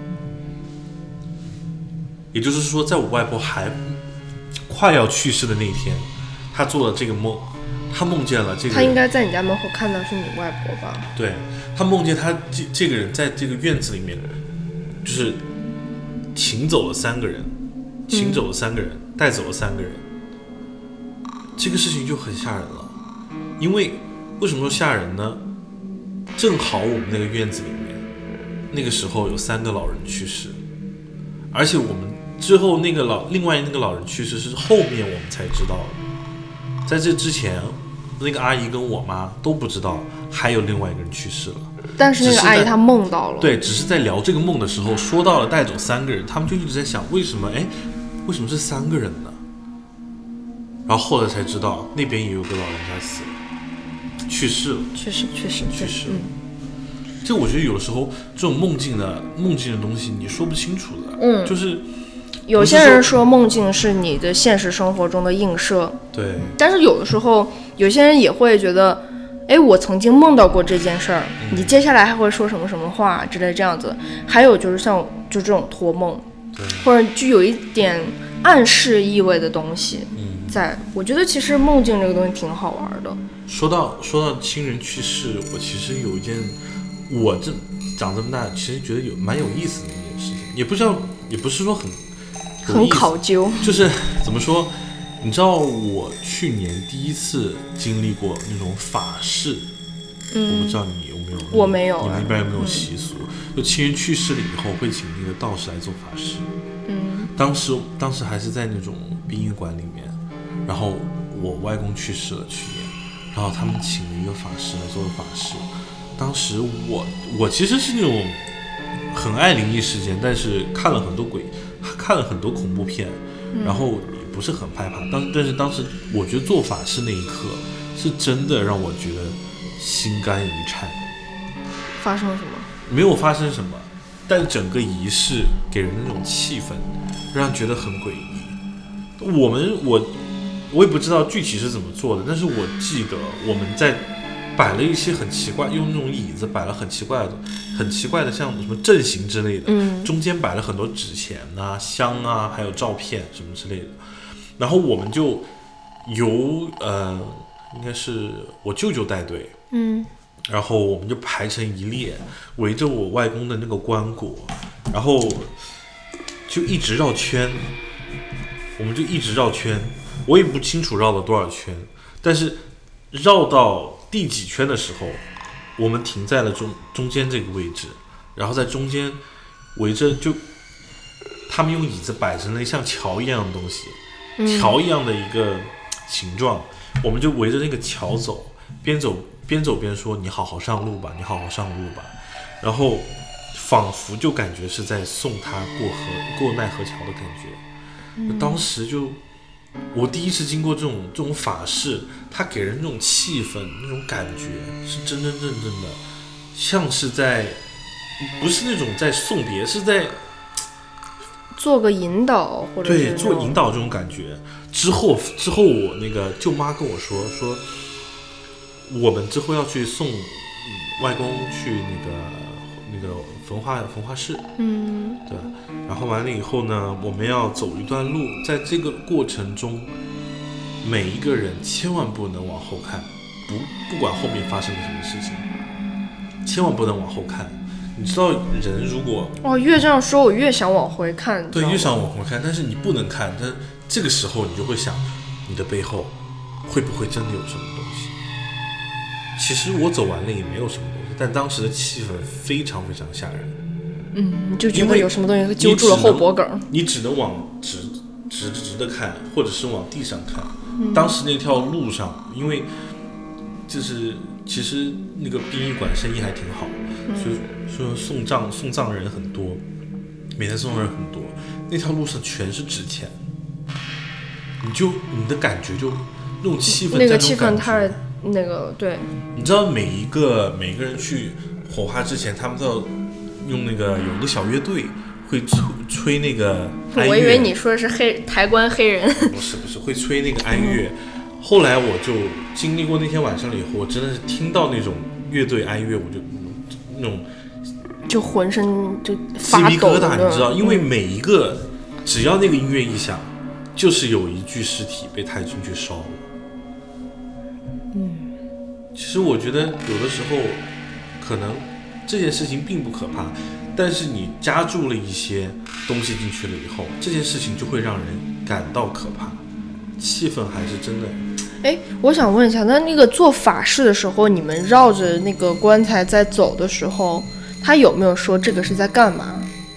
也就是说，在我外婆还快要去世的那一天，她做了这个梦，她梦见了这个人。 她应该在你家门口看到是你外婆吧？ 对，她梦见她这这个人在这个院子里面，就是请走了三个人，请走了三个人，嗯、带走了三个人。这个事情就很吓人了，因为为什么说吓人呢？正好我们那个院子里面，那个时候有三个老人去世，而且我们。之后那个老另外那个老人去世是后面我们才知道的，在这之前那个阿姨跟我妈都不知道还有另外一个人去世了， 但是那个阿姨她梦到了， 对，只是在聊这个梦的时候说到了带走三个人，他们就一直在想为什么哎为什么是三个人呢？然后后来才知道那边也有个老人家死了，去世了， 去世去世去世了。 嗯， 这我觉得有的时候这种梦境的梦境的东西你说不清楚的， 嗯， 就是有些人说梦境是你的现实生活中的映射， 对， 但是有的时候有些人也会觉得，哎，我曾经梦到过这件事儿，嗯、你接下来还会说什么什么话之类这样子。还有就是像就这种托梦，或者具有一点暗示意味的东西，嗯，在我觉得其实梦境这个东西挺好玩的。 说到说到亲人去世，我其实有一件，我这长这么大其实觉得有蛮有意思的一件事情，也不知道也不是说很。 很考究， 就是怎么说？你知道我去年第一次经历过那种法事，嗯、我不知道你有没有？ 我没有。 你们那边有没有习俗？嗯、就亲人去世了以后，会请那个道士来做法事。 嗯， 当时当时还是在那种殡仪馆里面，然后我外公去世了去年，然后他们请了一个法师来做法事。当时我我其实是那种很爱灵异事件，但是看了很多鬼。看了很多恐怖片，然后也不是很害怕。当但是当时我觉得做法事那一刻是真的让我觉得心肝一颤。 发生了什么？ 没有发生什么，但整个仪式给人的那种气氛，让人觉得很诡异。我们我我也不知道具体是怎么做的，但是我记得我们在摆了一些很奇怪，用那种椅子摆了很奇怪的、很奇怪的，像什么阵型之类的， 嗯， 中间摆了很多纸钱啊、香啊，还有照片什么之类的。然后我们就由呃，应该是我舅舅带队， 嗯， 然后我们就排成一列，围着我外公的那个棺椁，然后就一直绕圈，我们就一直绕圈，我也不清楚绕了多少圈，但是绕到第几圈的时候，我们停在了中中间这个位置，然后在中间围着，就他们用椅子摆成了像桥一样的东西，嗯、桥一样的一个形状，我们就围着那个桥走，边走边走边说：“你好好上路吧，你好好上路吧。”然后仿佛就感觉是在送他过河过奈何桥的感觉。嗯、当时就我第一次经过这种这种法事，它给人那种气氛那种感觉是真真正正的，像是在不是那种在送别，是在做个引导，或者是对做引导这种感觉。之后之后我那个舅妈跟我说说，我们之后要去送外公去那个那个焚化焚化室， 嗯， 对。然后完了以后呢，我们要走一段路，在这个过程中，每一个人千万不能往后看，不不管后面发生了什么事情，千万不能往后看。你知道人如果哦越这样说，我越想往回看。 对，越想往回看，但是你不能看。但这个时候你就会想，你的背后会不会真的有什么东西？其实我走完了也没有什么东西，但当时的气氛非常非常吓人。 嗯，就觉得有什么东西揪住了后脖梗。 你只能往直直直的看，或者是往地上看。嗯、当时那条路上，因为就是其实那个殡仪馆生意还挺好，嗯、所以说送葬送葬人很多，每天送葬人很多，那条路上全是纸钱，你就你的感觉就那种气氛， 那个气氛太那个对。 你知道每一个每个人去火化之前，他们都要用那个有个小乐队会吹吹那个哀乐。 我以为你说的是黑抬棺黑人。 不是不是，会吹那个哀乐。嗯、后来我就经历过那天晚上了以后，我真的是听到那种乐队哀乐，我就那种就浑身就发抖鸡皮疙瘩，你知道？因为每一个只要那个音乐一响，就是有一具尸体被抬进去烧了。 嗯， 其实我觉得有的时候可能这件事情并不可怕，但是你加注了一些东西进去了以后，这件事情就会让人感到可怕，气氛还是真的。 哎，我想问一下，那那个做法事的时候，你们绕着那个棺材在走的时候，他有没有说这个是在干嘛？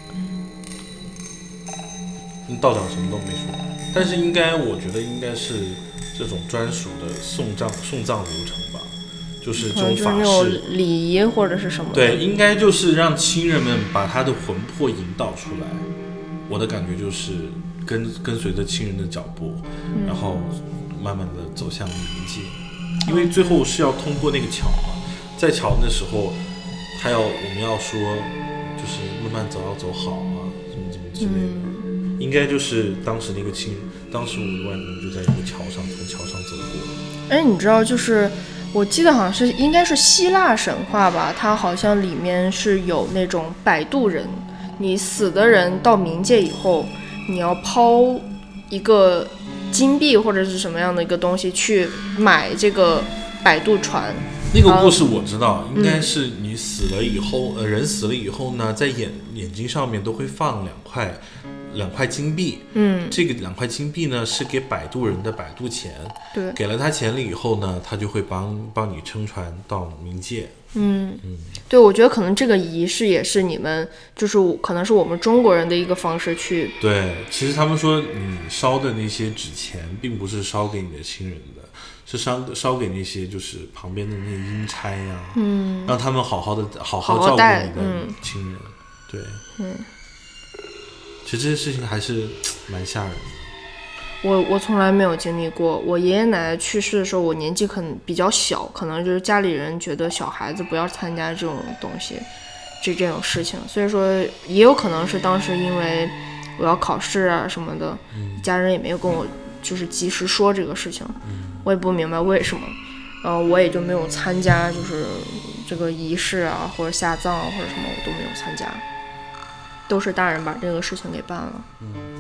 道长什么都没说，但是应该我觉得应该是这种专属的送葬送葬流程吧，就是这种法事礼仪或者是什么？ 对，应该就是让亲人们把他的魂魄引导出来。我的感觉就是跟跟随着亲人的脚步，嗯、然后慢慢的走向冥界，因为最后是要通过那个桥嘛，在桥的时候，他要我们要说，就是慢慢走，要走好啊，什么什么之类的。嗯应该就是当时那个亲，当时我的外公就在那个桥上，从桥上走过。 哎，你知道，就是我记得好像是应该是希腊神话吧，它好像里面是有那种摆渡人，你死的人到冥界以后，你要抛一个金币或者是什么样的一个东西去买这个摆渡船。 那个故事我知道，应该是你死了以后，呃，人死了以后呢，在眼眼睛上面都会放两块。两块金币， 嗯， 这个两块金币呢是给摆渡人的摆渡钱， 对， 给了他钱了以后呢，他就会帮帮你撑船到冥界， 嗯嗯，对，我觉得可能这个仪式也是你们，就是可能是我们中国人的一个方式去， 对，其实他们说你烧的那些纸钱，并不是烧给你的亲人的，是烧烧给那些就是旁边的那些阴差呀、啊， 嗯， 让他们好好的好好照顾你的亲人，嗯、对， 嗯。 其实这些事情还是蛮吓人的。 我我从来没有经历过。我爷爷奶奶去世的时候，我年纪可能比较小，可能就是家里人觉得小孩子不要参加这种东西，这这种事情。所以说，也有可能是当时因为我要考试啊什么的， 嗯、 家人也没有跟我就是及时说这个事情， 嗯、 我也不明白为什么。呃，我也就没有参加，就是这个仪式啊，或者下葬啊，或者什么，我都没有参加。都是大人把这个事情给办了。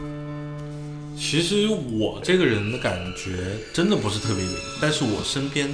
嗯，其实我这个人的感觉真的不是特别灵，但是我身边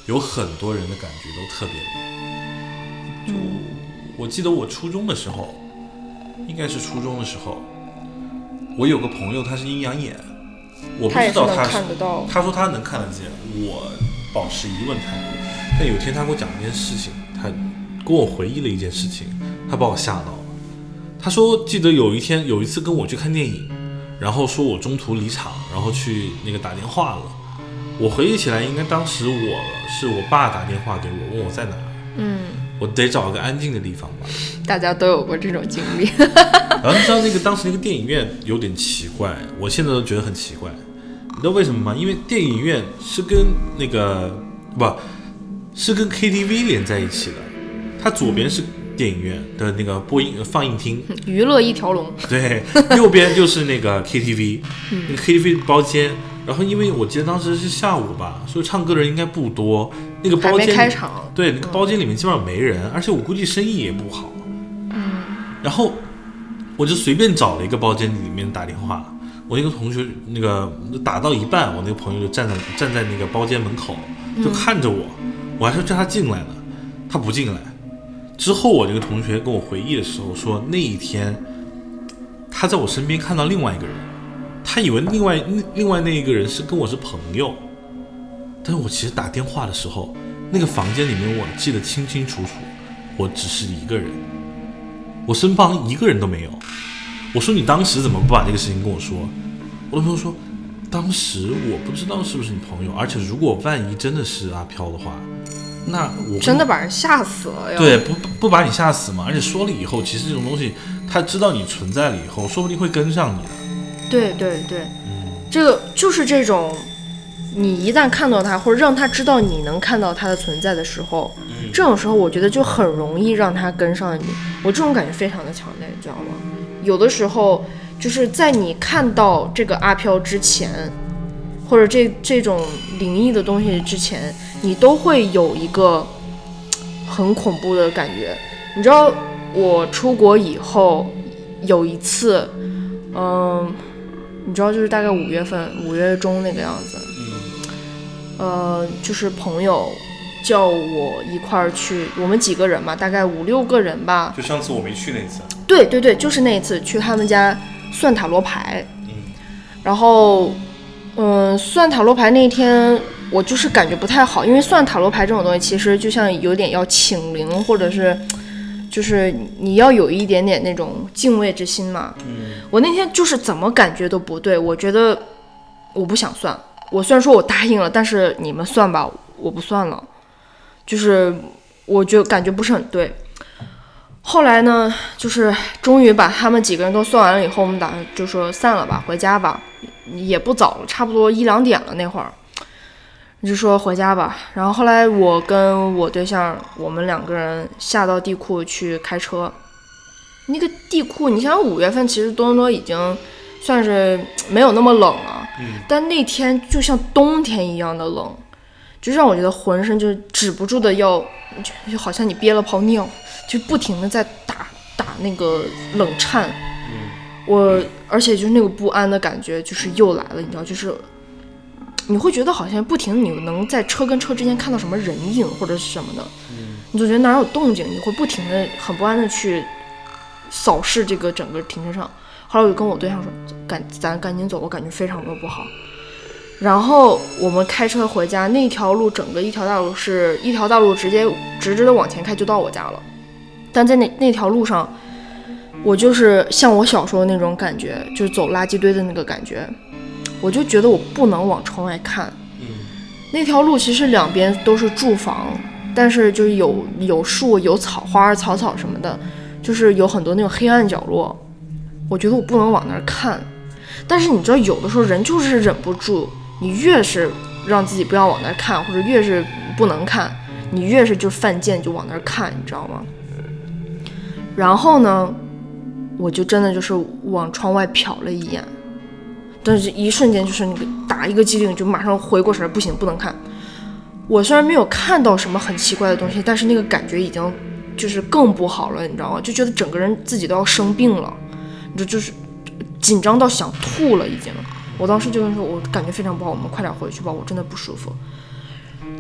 有很多人的感觉都特别灵。就我记得我初中的时候，应该是初中的时候，我有个朋友他是阴阳眼，我不知道他是， 他也是能看得到， 他说他能看得见，我保持疑问态度。但有一天他给我讲一件事情，他跟我回忆了一件事情，他把我吓到了。他说记得有一天有一次跟我去看电影，然后说我中途离场，然后去那个打电话了。我回忆起来，应该当时我是我爸打电话给我，问我在哪， 嗯， 我得找个安静的地方吧。 大家都有过这种经历。 然后你知道那个当时那个电影院有点奇怪，我现在都觉得很奇怪。你知道为什么吗？因为电影院是跟那个不是跟 K T V 连在一起的，它左边是电影院的那个播音放映厅， 娱乐一条龙。 对，右边就是那个 K T V，、嗯、那个 K T V 包间。然后因为我记得当时是下午吧，所以唱歌的人应该不多。那个包间还没开场， 对，那个包间里面基本上没人，嗯、而且我估计生意也不好。 嗯。 然后我就随便找了一个包间里面打电话，我那个同学那个打到一半，我那个朋友就站在站在那个包间门口，就看着我，嗯、我还说叫他进来呢，他不进来。之后我这个同学跟我回忆的时候说，那一天他在我身边看到另外一个人。他以为另外另外那一个人是跟我是朋友，但是我其实打电话的时候，那个房间里面我记得清清楚楚，我只是一个人，我身旁一个人都没有。我说你当时怎么不把这个事情跟我说？我的朋友说，当时我不知道是不是你朋友，而且如果万一真的是阿飘的话，那我真的把人吓死了呀。 对，不不把你吓死嘛。而且说了以后，其实这种东西他知道你存在了以后，说不定会跟上你的。 对对对，这个就是这种，你一旦看到他，或者让他知道你能看到他的存在的时候，嗯、这种时候我觉得就很容易让他跟上你。我这种感觉非常的强烈，你知道吗？有的时候就是在你看到这个阿飘之前，或者这这种灵异的东西之前，你都会有一个很恐怖的感觉。你知道，我出国以后有一次，嗯。你知道，就是大概五月份，五月中那个样子，嗯，呃，就是朋友叫我一块儿去，我们几个人嘛，大概五六个人吧。 就上次我没去那次。 对对对，就是那一次去他们家算塔罗牌，嗯，然后，嗯、呃，算塔罗牌那天我就是感觉不太好，因为算塔罗牌这种东西，其实就像有点要请灵，或者是。就是你要有一点点那种敬畏之心嘛。嗯，我那天就是怎么感觉都不对，我觉得我不想算。我虽然说我答应了，但是你们算吧，我不算了。就是我就感觉不是很对。后来呢，就是终于把他们几个人都算完了以后，我们打算就说散了吧，回家吧，也不早了，差不多一两点了那会儿。就说回家吧，然后后来我跟我对象，我们两个人下到地库去开车。那个地库，你想五月份，其实多伦多已经算是没有那么冷了，嗯，但那天就像冬天一样的冷，就让我觉得浑身就止不住的要，就就好像你憋了泡尿，就不停的在打打那个冷颤，嗯，我而且就是那个不安的感觉就是又来了，你知道，就是。你会觉得好像不停你能在车跟车之间看到什么人影或者是什么的，嗯，你就觉得哪有动静，你会不停的很不安的去扫视这个整个停车场。后来我就跟我对象说，赶咱赶紧走，我感觉非常的不好。然后我们开车回家，那条路整个一条大路是一条大路，直接直直的往前开就到我家了。但在那那条路上，我就是像我小时候那种感觉，就是走垃圾堆的那个感觉。我就觉得我不能往窗外看，嗯，那条路其实两边都是住房，但是就是有有树有草花草草什么的，就是有很多那种黑暗角落，我觉得我不能往那儿看。但是你知道有的时候人就是忍不住，你越是让自己不要往那儿看，或者越是不能看，你越是就犯贱就往那儿看，你知道吗？然后呢，我就真的就是往窗外瞟了一眼，但是一瞬间就是那个打一个激灵，就马上回过神，不行不能看。我虽然没有看到什么很奇怪的东西，但是那个感觉已经就是更不好了，你知道吗？就觉得整个人自己都要生病了，你就就是紧张到想吐了已经。我当时就跟说，我感觉非常不好，我们快点回去吧，我真的不舒服。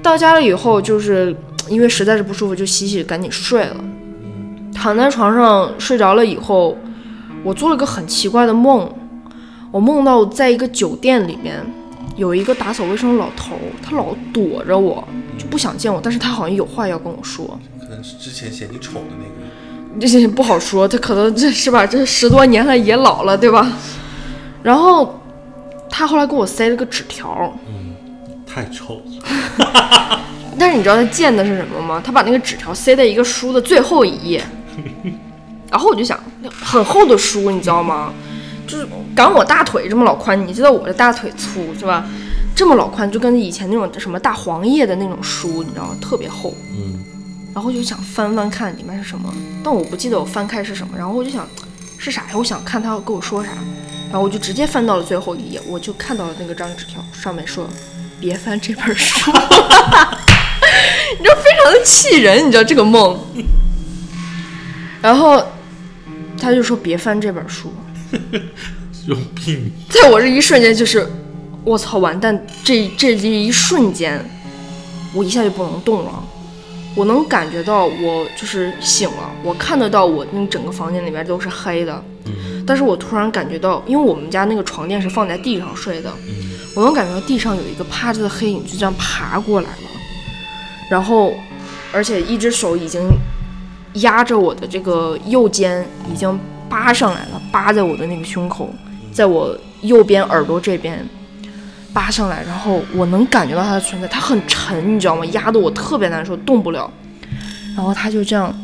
到家了以后，就是因为实在是不舒服，就洗洗赶紧睡了。躺在床上睡着了以后，我做了个很奇怪的梦，我梦到在一个酒店里面有一个打扫卫生的老头，他老躲着我，就不想见我，但是他好像有话要跟我说。 可能是之前嫌你丑的那个。 这些不好说，他可能这是吧，这十多年了也老了，对吧？然后他后来给我塞了个纸条， 嗯，太臭了。 但是你知道他贱的是什么吗？他把那个纸条塞在一个书的最后一页，然后我就想，很厚的书，你知道吗？就是赶我大腿这么老宽，你知道我的大腿粗是吧？这么老宽，就跟以前那种什么大黄页的那种书，你知道吗？特别厚。 嗯。 然后就想翻翻看里面是什么，但我不记得我翻开是什么。然后我就想是啥呀？我想看他要跟我说啥，然后我就直接翻到了最后一页，我就看到了那个张纸条，上面说别翻这本书。你知道非常的气人，你知道这个梦。然后他就说别翻这本书。 有病！ 在我这一瞬间就是我操完蛋，这这一瞬间我一下就不能动了。我能感觉到我就是醒了，我看得到我那整个房间里面都是黑的， 嗯， 但是我突然感觉到，因为我们家那个床垫是放在地上睡的， 嗯， 我能感觉到地上有一个趴着的黑影就这样爬过来了，然后而且一只手已经压着我的这个右肩，已经扒上来了，扒在我的那个胸口，在我右边耳朵这边扒上来，然后我能感觉到它的存在，它很沉，你知道吗？压得我特别难受，动不了。然后它就这样，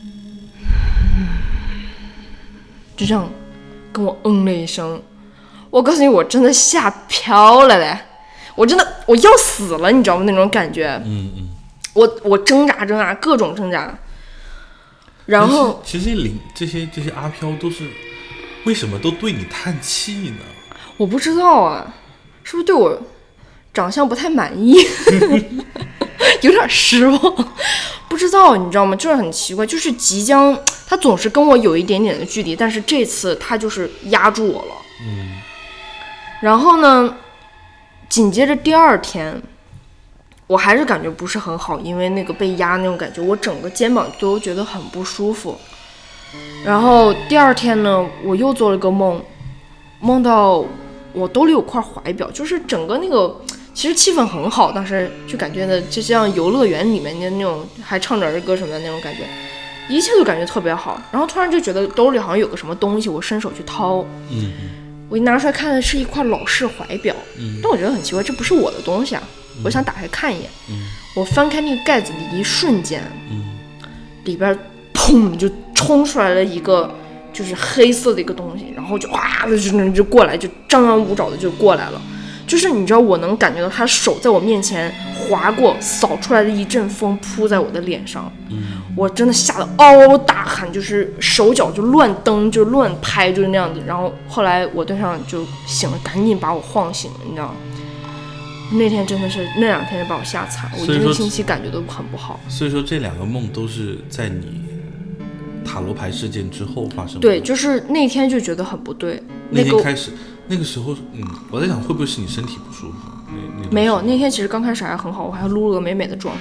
就这样跟我嗯了一声。我告诉你，我真的吓飘了嘞！我真的我要死了，你知道吗？那种感觉。 嗯嗯。 我我挣扎挣扎，各种挣扎。然后其实灵这些这些阿飘都是为什么都对你叹气呢？ 我不知道啊。是不是对我长相不太满意？有点失望，不知道，你知道吗？就是很奇怪，就是即将他总是跟我有一点点的距离，但是这次他就是压住我了。 嗯。 然后呢，紧接着第二天，我还是感觉不是很好，因为那个被压那种感觉，我整个肩膀都觉得很不舒服。然后第二天呢，我又做了个梦，梦到我兜里有块怀表，就是整个那个其实气氛很好，当时就感觉的就像游乐园里面的那种还唱着儿歌什么的那种感觉，一切都感觉特别好。然后突然就觉得兜里好像有个什么东西，我伸手去掏， 嗯， 我一拿出来看的是一块老式怀表， 嗯， 但我觉得很奇怪，这不是我的东西啊，嗯，我想打开看一眼， 嗯，我翻开那个盖子的一瞬间， 嗯， 里边砰就冲出来了一个就是黑色的一个东西，然后就哗的就就过来，就张牙舞爪的就过来了。就是你知道，我能感觉到他手在我面前划过，扫出来的一阵风扑在我的脸上， 嗯，我真的吓得嗷嗷大喊，就是手脚就乱蹬，就乱拍，就是那样子。然后后来我对象就醒了，赶紧把我晃醒了，你知道吗？那天真的是那两天把我吓惨，我一个星期感觉都很不好。 所以说这两个梦都是在你塔罗牌事件之后发生的。 对，就是那天就觉得很不对。 那天开始，那个时候，嗯，我在想会不会是你身体不舒服？那那没有，那天其实刚开始还很好，我还撸了个美美的妆。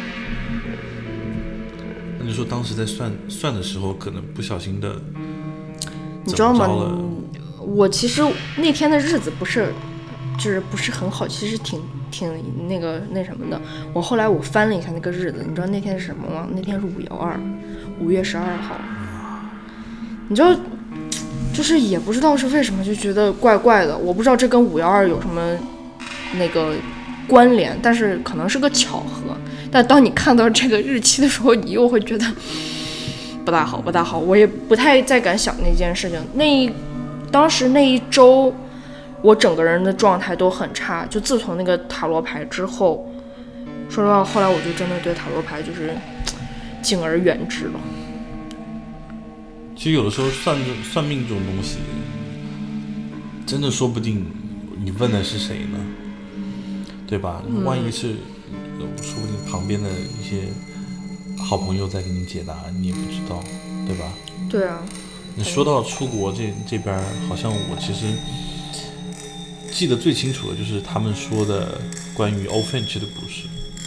那你说当时在算算的时候，可能不小心的， 你知道吗？我其实那天的日子不是，就是不是很好，其实挺挺那个那什么的。我后来我翻了一下那个日子，你知道那天是什么吗？那天是五幺二，五月十二号。你知道？就是也不知道是为什么就觉得怪怪的，我不知道这跟五幺二有什么那个关联，但是可能是个巧合。但当你看到这个日期的时候，你又会觉得不大好，不大好。我也不太再敢想那件事情。那当时那一周，我整个人的状态都很差。就自从那个塔罗牌之后，说实话，后来我就真的对塔罗牌就是敬而远之了。 其实有的时候算算命这种东西，真的说不定你问的是谁呢？对吧？ 嗯、 万一是，说不定旁边的一些好朋友在给你解答，你也不知道，对吧？ 对啊。 你说到出国这这边，好像我其实记得最清楚的就是他们说的关于 Old Finch 的故事。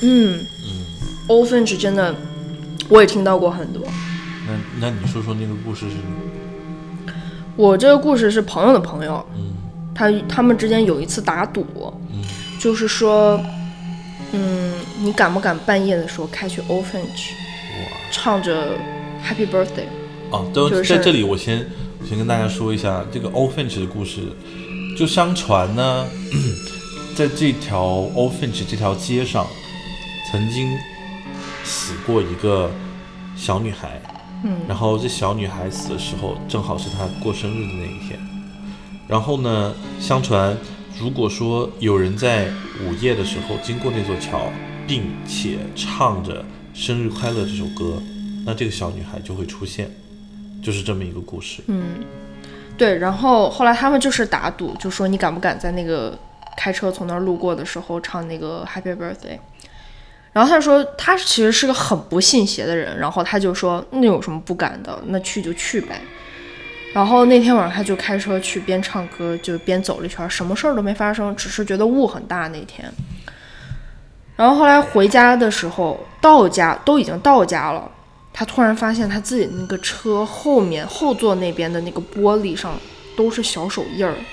嗯嗯 Old Finch 真的我也听到过很多。 那那你说说那个故事是？ 我这个故事是朋友的朋友， 嗯， 他他们之间有一次打赌， 嗯， 就是说，嗯，你敢不敢半夜的时候开去 Old Finch， 唱着 Happy Birthday？ 哦，都、 就是、 在这里我先我先跟大家说一下这个 Old Finch 的故事。就相传呢，在这条 Old Finch 这条街上，曾经死过一个小女孩。 嗯， 然后这小女孩死的时候，正好是她过生日的那一天。然后呢，相传如果说有人在午夜的时候经过那座桥，并且唱着生日快乐这首歌，那这个小女孩就会出现，就是这么一个故事。 嗯，对。然后后来他们就是打赌，就说你敢不敢在那个开车从那儿路过的时候唱那个 Happy Birthday。然后他说他其实是个很不信邪的人，然后他就说那有什么不敢的，那去就去呗。然后那天晚上他就开车去，边唱歌就边走了一圈，什么事儿都没发生，只是觉得雾很大那天。然后后来回家的时候，到家都已经到家了，他突然发现他自己那个车后面后座那边的那个玻璃上都是小手印儿。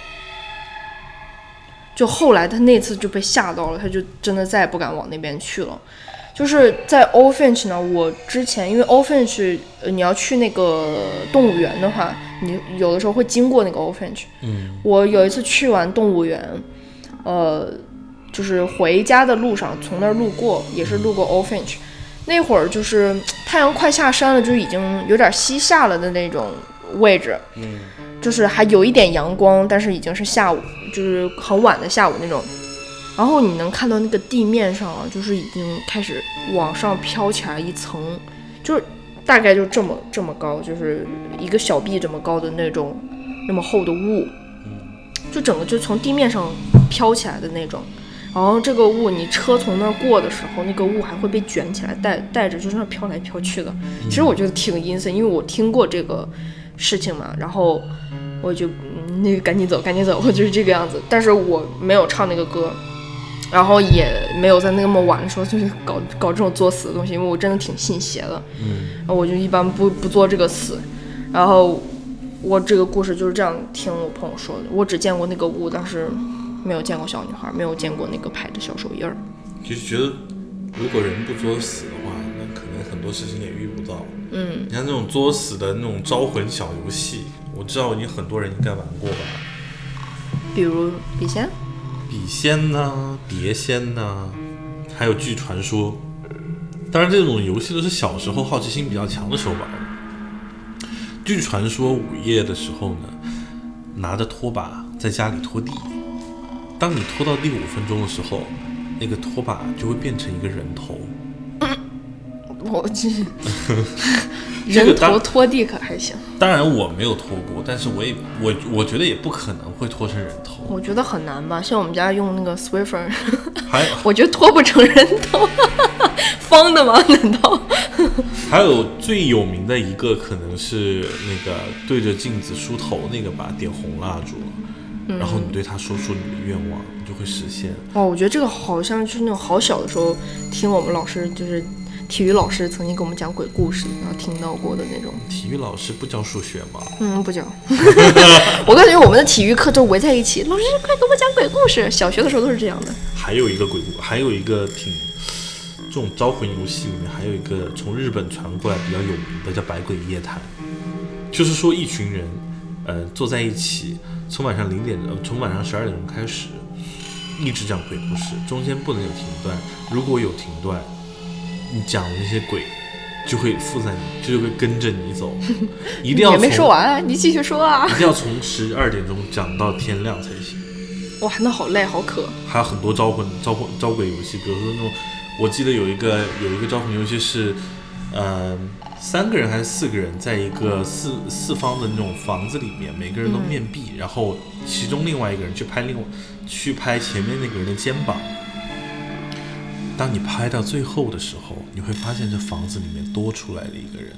就后来他那次就被吓到了，他就真的再也不敢往那边去了。就是在 Old Finch 呢，我之前因为 Old Finch、呃、你要去那个动物园的话，你有的时候会经过那个 Old Finch。 嗯， 我有一次去完动物园，呃，就是回家的路上从那儿路过，也是路过 Old Finch。那会儿就是太阳快下山了，就已经有点西下了的那种位置。 嗯。 就是还有一点阳光，但是已经是下午，就是很晚的下午那种。然后你能看到那个地面上啊，就是已经开始往上飘起来一层，就是大概就这么这么高，就是一个小臂这么高的那种那么厚的雾，就整个就从地面上飘起来的那种。然后这个雾你车从那儿过的时候，那个雾还会被卷起来带带着就是那飘来飘去的。其实我觉得挺阴森，因为我听过这个事情嘛，然后我就、嗯、那个赶紧走赶紧走，我就是这个样子。但是我没有唱那个歌，然后也没有在那么晚的时候就是搞搞这种作死的东西，因为我真的挺信邪的。 嗯， 然后我就一般不不做这个死。然后我这个故事就是这样听我朋友说的，我只见过那个雾，但是没有见过小女孩，没有见过那个拍的小手印儿。 就是觉得如果人不作死的话，那可能很多事情也遇不到。 嗯， 你看那种作死的那种招魂小游戏，我知道你很多人应该玩过吧？ 比如笔仙、 笔仙呐、碟仙呐，还有剧传说。当然，这种游戏都是小时候好奇心比较强的时候玩的。据传说，午夜的时候呢，拿着拖把在家里拖地，当你拖到第五分钟的时候，那个拖把就会变成一个人头。 我这人头拖地可还行。 当然我没有拖过，但是我也我我觉得也不可能会拖成人头。 我觉得很难吧，像我们家用那个 Swiffer， 还我觉得拖不成人头，方的吗？难道？ 还有最有名的一个可能是那个对着镜子梳头那个吧，点红蜡烛。然后你对他说出你的愿望，你就会实现。 哦，我觉得这个好像是那种好小的时候听我们老师，就是体育老师曾经给我们讲鬼故事，然后听到过的那种。 体育老师不教数学吗？ 嗯，不教。我感觉我们的体育课都围在一起，老师快给我们讲鬼故事。小学的时候都是这样的。 还有一个鬼故，还有一个挺这种招魂游戏里面，还有一个从日本传过来比较有名的叫百鬼夜谈，就是说一群人，呃，坐在一起。从晚上零点，呃，从晚上十二点钟开始，一直讲鬼故事，中间不能有停断。如果有停断，你讲的那些鬼就会附在你，就会跟着你走。一定要从也没说完，你继续说啊！ 一定要从十二点钟讲到天亮才行。 哇，那好累，好渴。 还有很多招魂、招魂、招鬼游戏，比如说那种，我记得有一个有一个招魂游戏是，呃。三个人还是四个人在一个四四方的那种房子里面，每个人都面壁、嗯、然后其中另外一个人去拍另外去拍前面那个人的肩膀。当你拍到最后的时候，你会发现这房子里面多出来了一个人。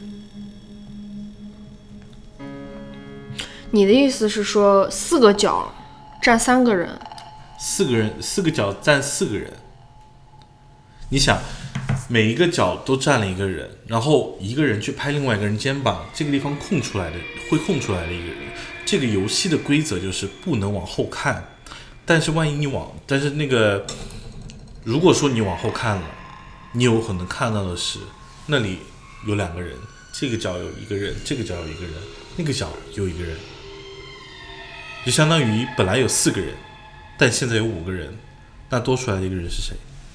你的意思是说四个角站三个人？ 四个人四个角站四个人， 你想，每一个角都站了一个人，然后一个人去拍另外一个人肩膀，这个地方空出来的会空出来的一个人。这个游戏的规则就是不能往后看，但是万一你往，但是那个，如果说你往后看了，你有可能看到的是那里有两个人，这个角有一个人，这个角有一个人，那个角有一个人，就相当于本来有四个人，但现在有五个人，那多出来的一个人是谁？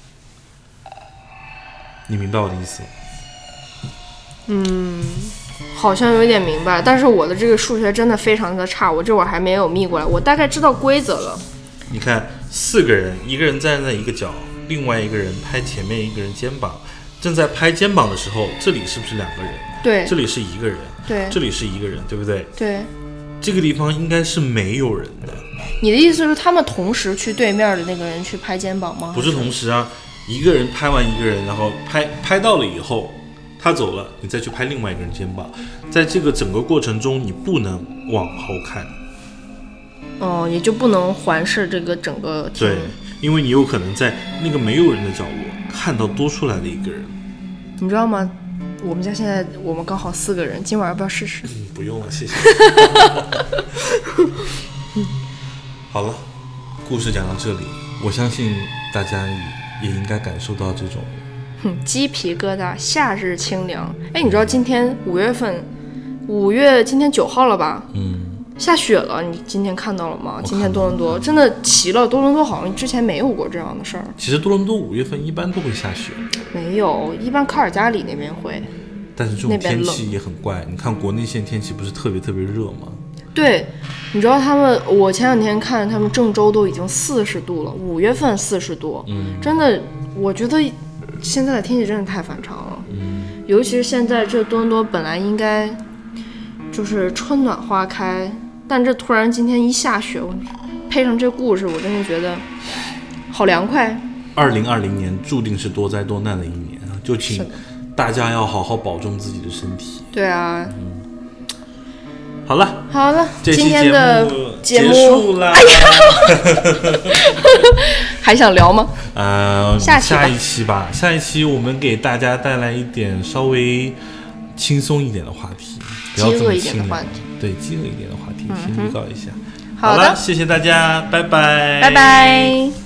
你明白我的意思吗？ 嗯，好像有点明白，但是我的这个数学真的非常的差，我这会儿还没有密过来，我大概知道规则了。 你看，四个人，一个人站在一个角，另外一个人拍前面一个人肩膀，正在拍肩膀的时候，这里是不是两个人？ 对， 这里是一个人， 对， 这里是一个人，对不对？ 对， 这个地方应该是没有人的。 你的意思是他们同时去对面的那个人去拍肩膀吗？ 不是同时啊，一个人拍完一个人，然后拍拍到了以后，他走了，你再去拍另外一个人肩膀，在这个整个过程中，你不能往后看。 哦，也就不能环视这个整个厅。 对，因为你有可能在那个没有人的角落看到多出来的一个人。 你知道吗？我们家现在我们刚好四个人，今晚要不要试试？ 嗯，不用了，谢谢。好了，故事讲到这里，我相信大家也应该感受到这种哼，鸡皮疙瘩，夏日清凉。哎，你知道今天五月份，五月今天九号了吧？ 嗯， 下雪了，你今天看到了吗？今天多伦多真的奇了，多伦多好像之前没有过这样的事儿。 其实多伦多五月份一般都会下雪， 没有，一般卡尔加里那边会。 但是这种天气也很怪，你看国内现在天气不是特别特别热吗？ 对，你知道他们，我前两天看他们郑州都已经四十度了，五月份四十度， 嗯， 真的，我觉得现在的天气真的太反常了， 嗯， 尤其是现在这多伦多本来应该就是春暖花开，但这突然今天一下雪，配上这故事，我真的觉得好凉快。 二零二零年注定是多灾多难的一年啊，就请大家要好好保重自己的身体。 对啊， 嗯，好了， 好了， 这期今天的节目结束啦。 还想聊吗？ 呃， 下期吧下一期吧，下一期我们给大家带来一点稍微轻松一点的话题，不要这么饥饿一点的清凉话题， 对，饥饿一点的话题，先预告一下。 好的了，谢谢大家，拜拜， 拜拜。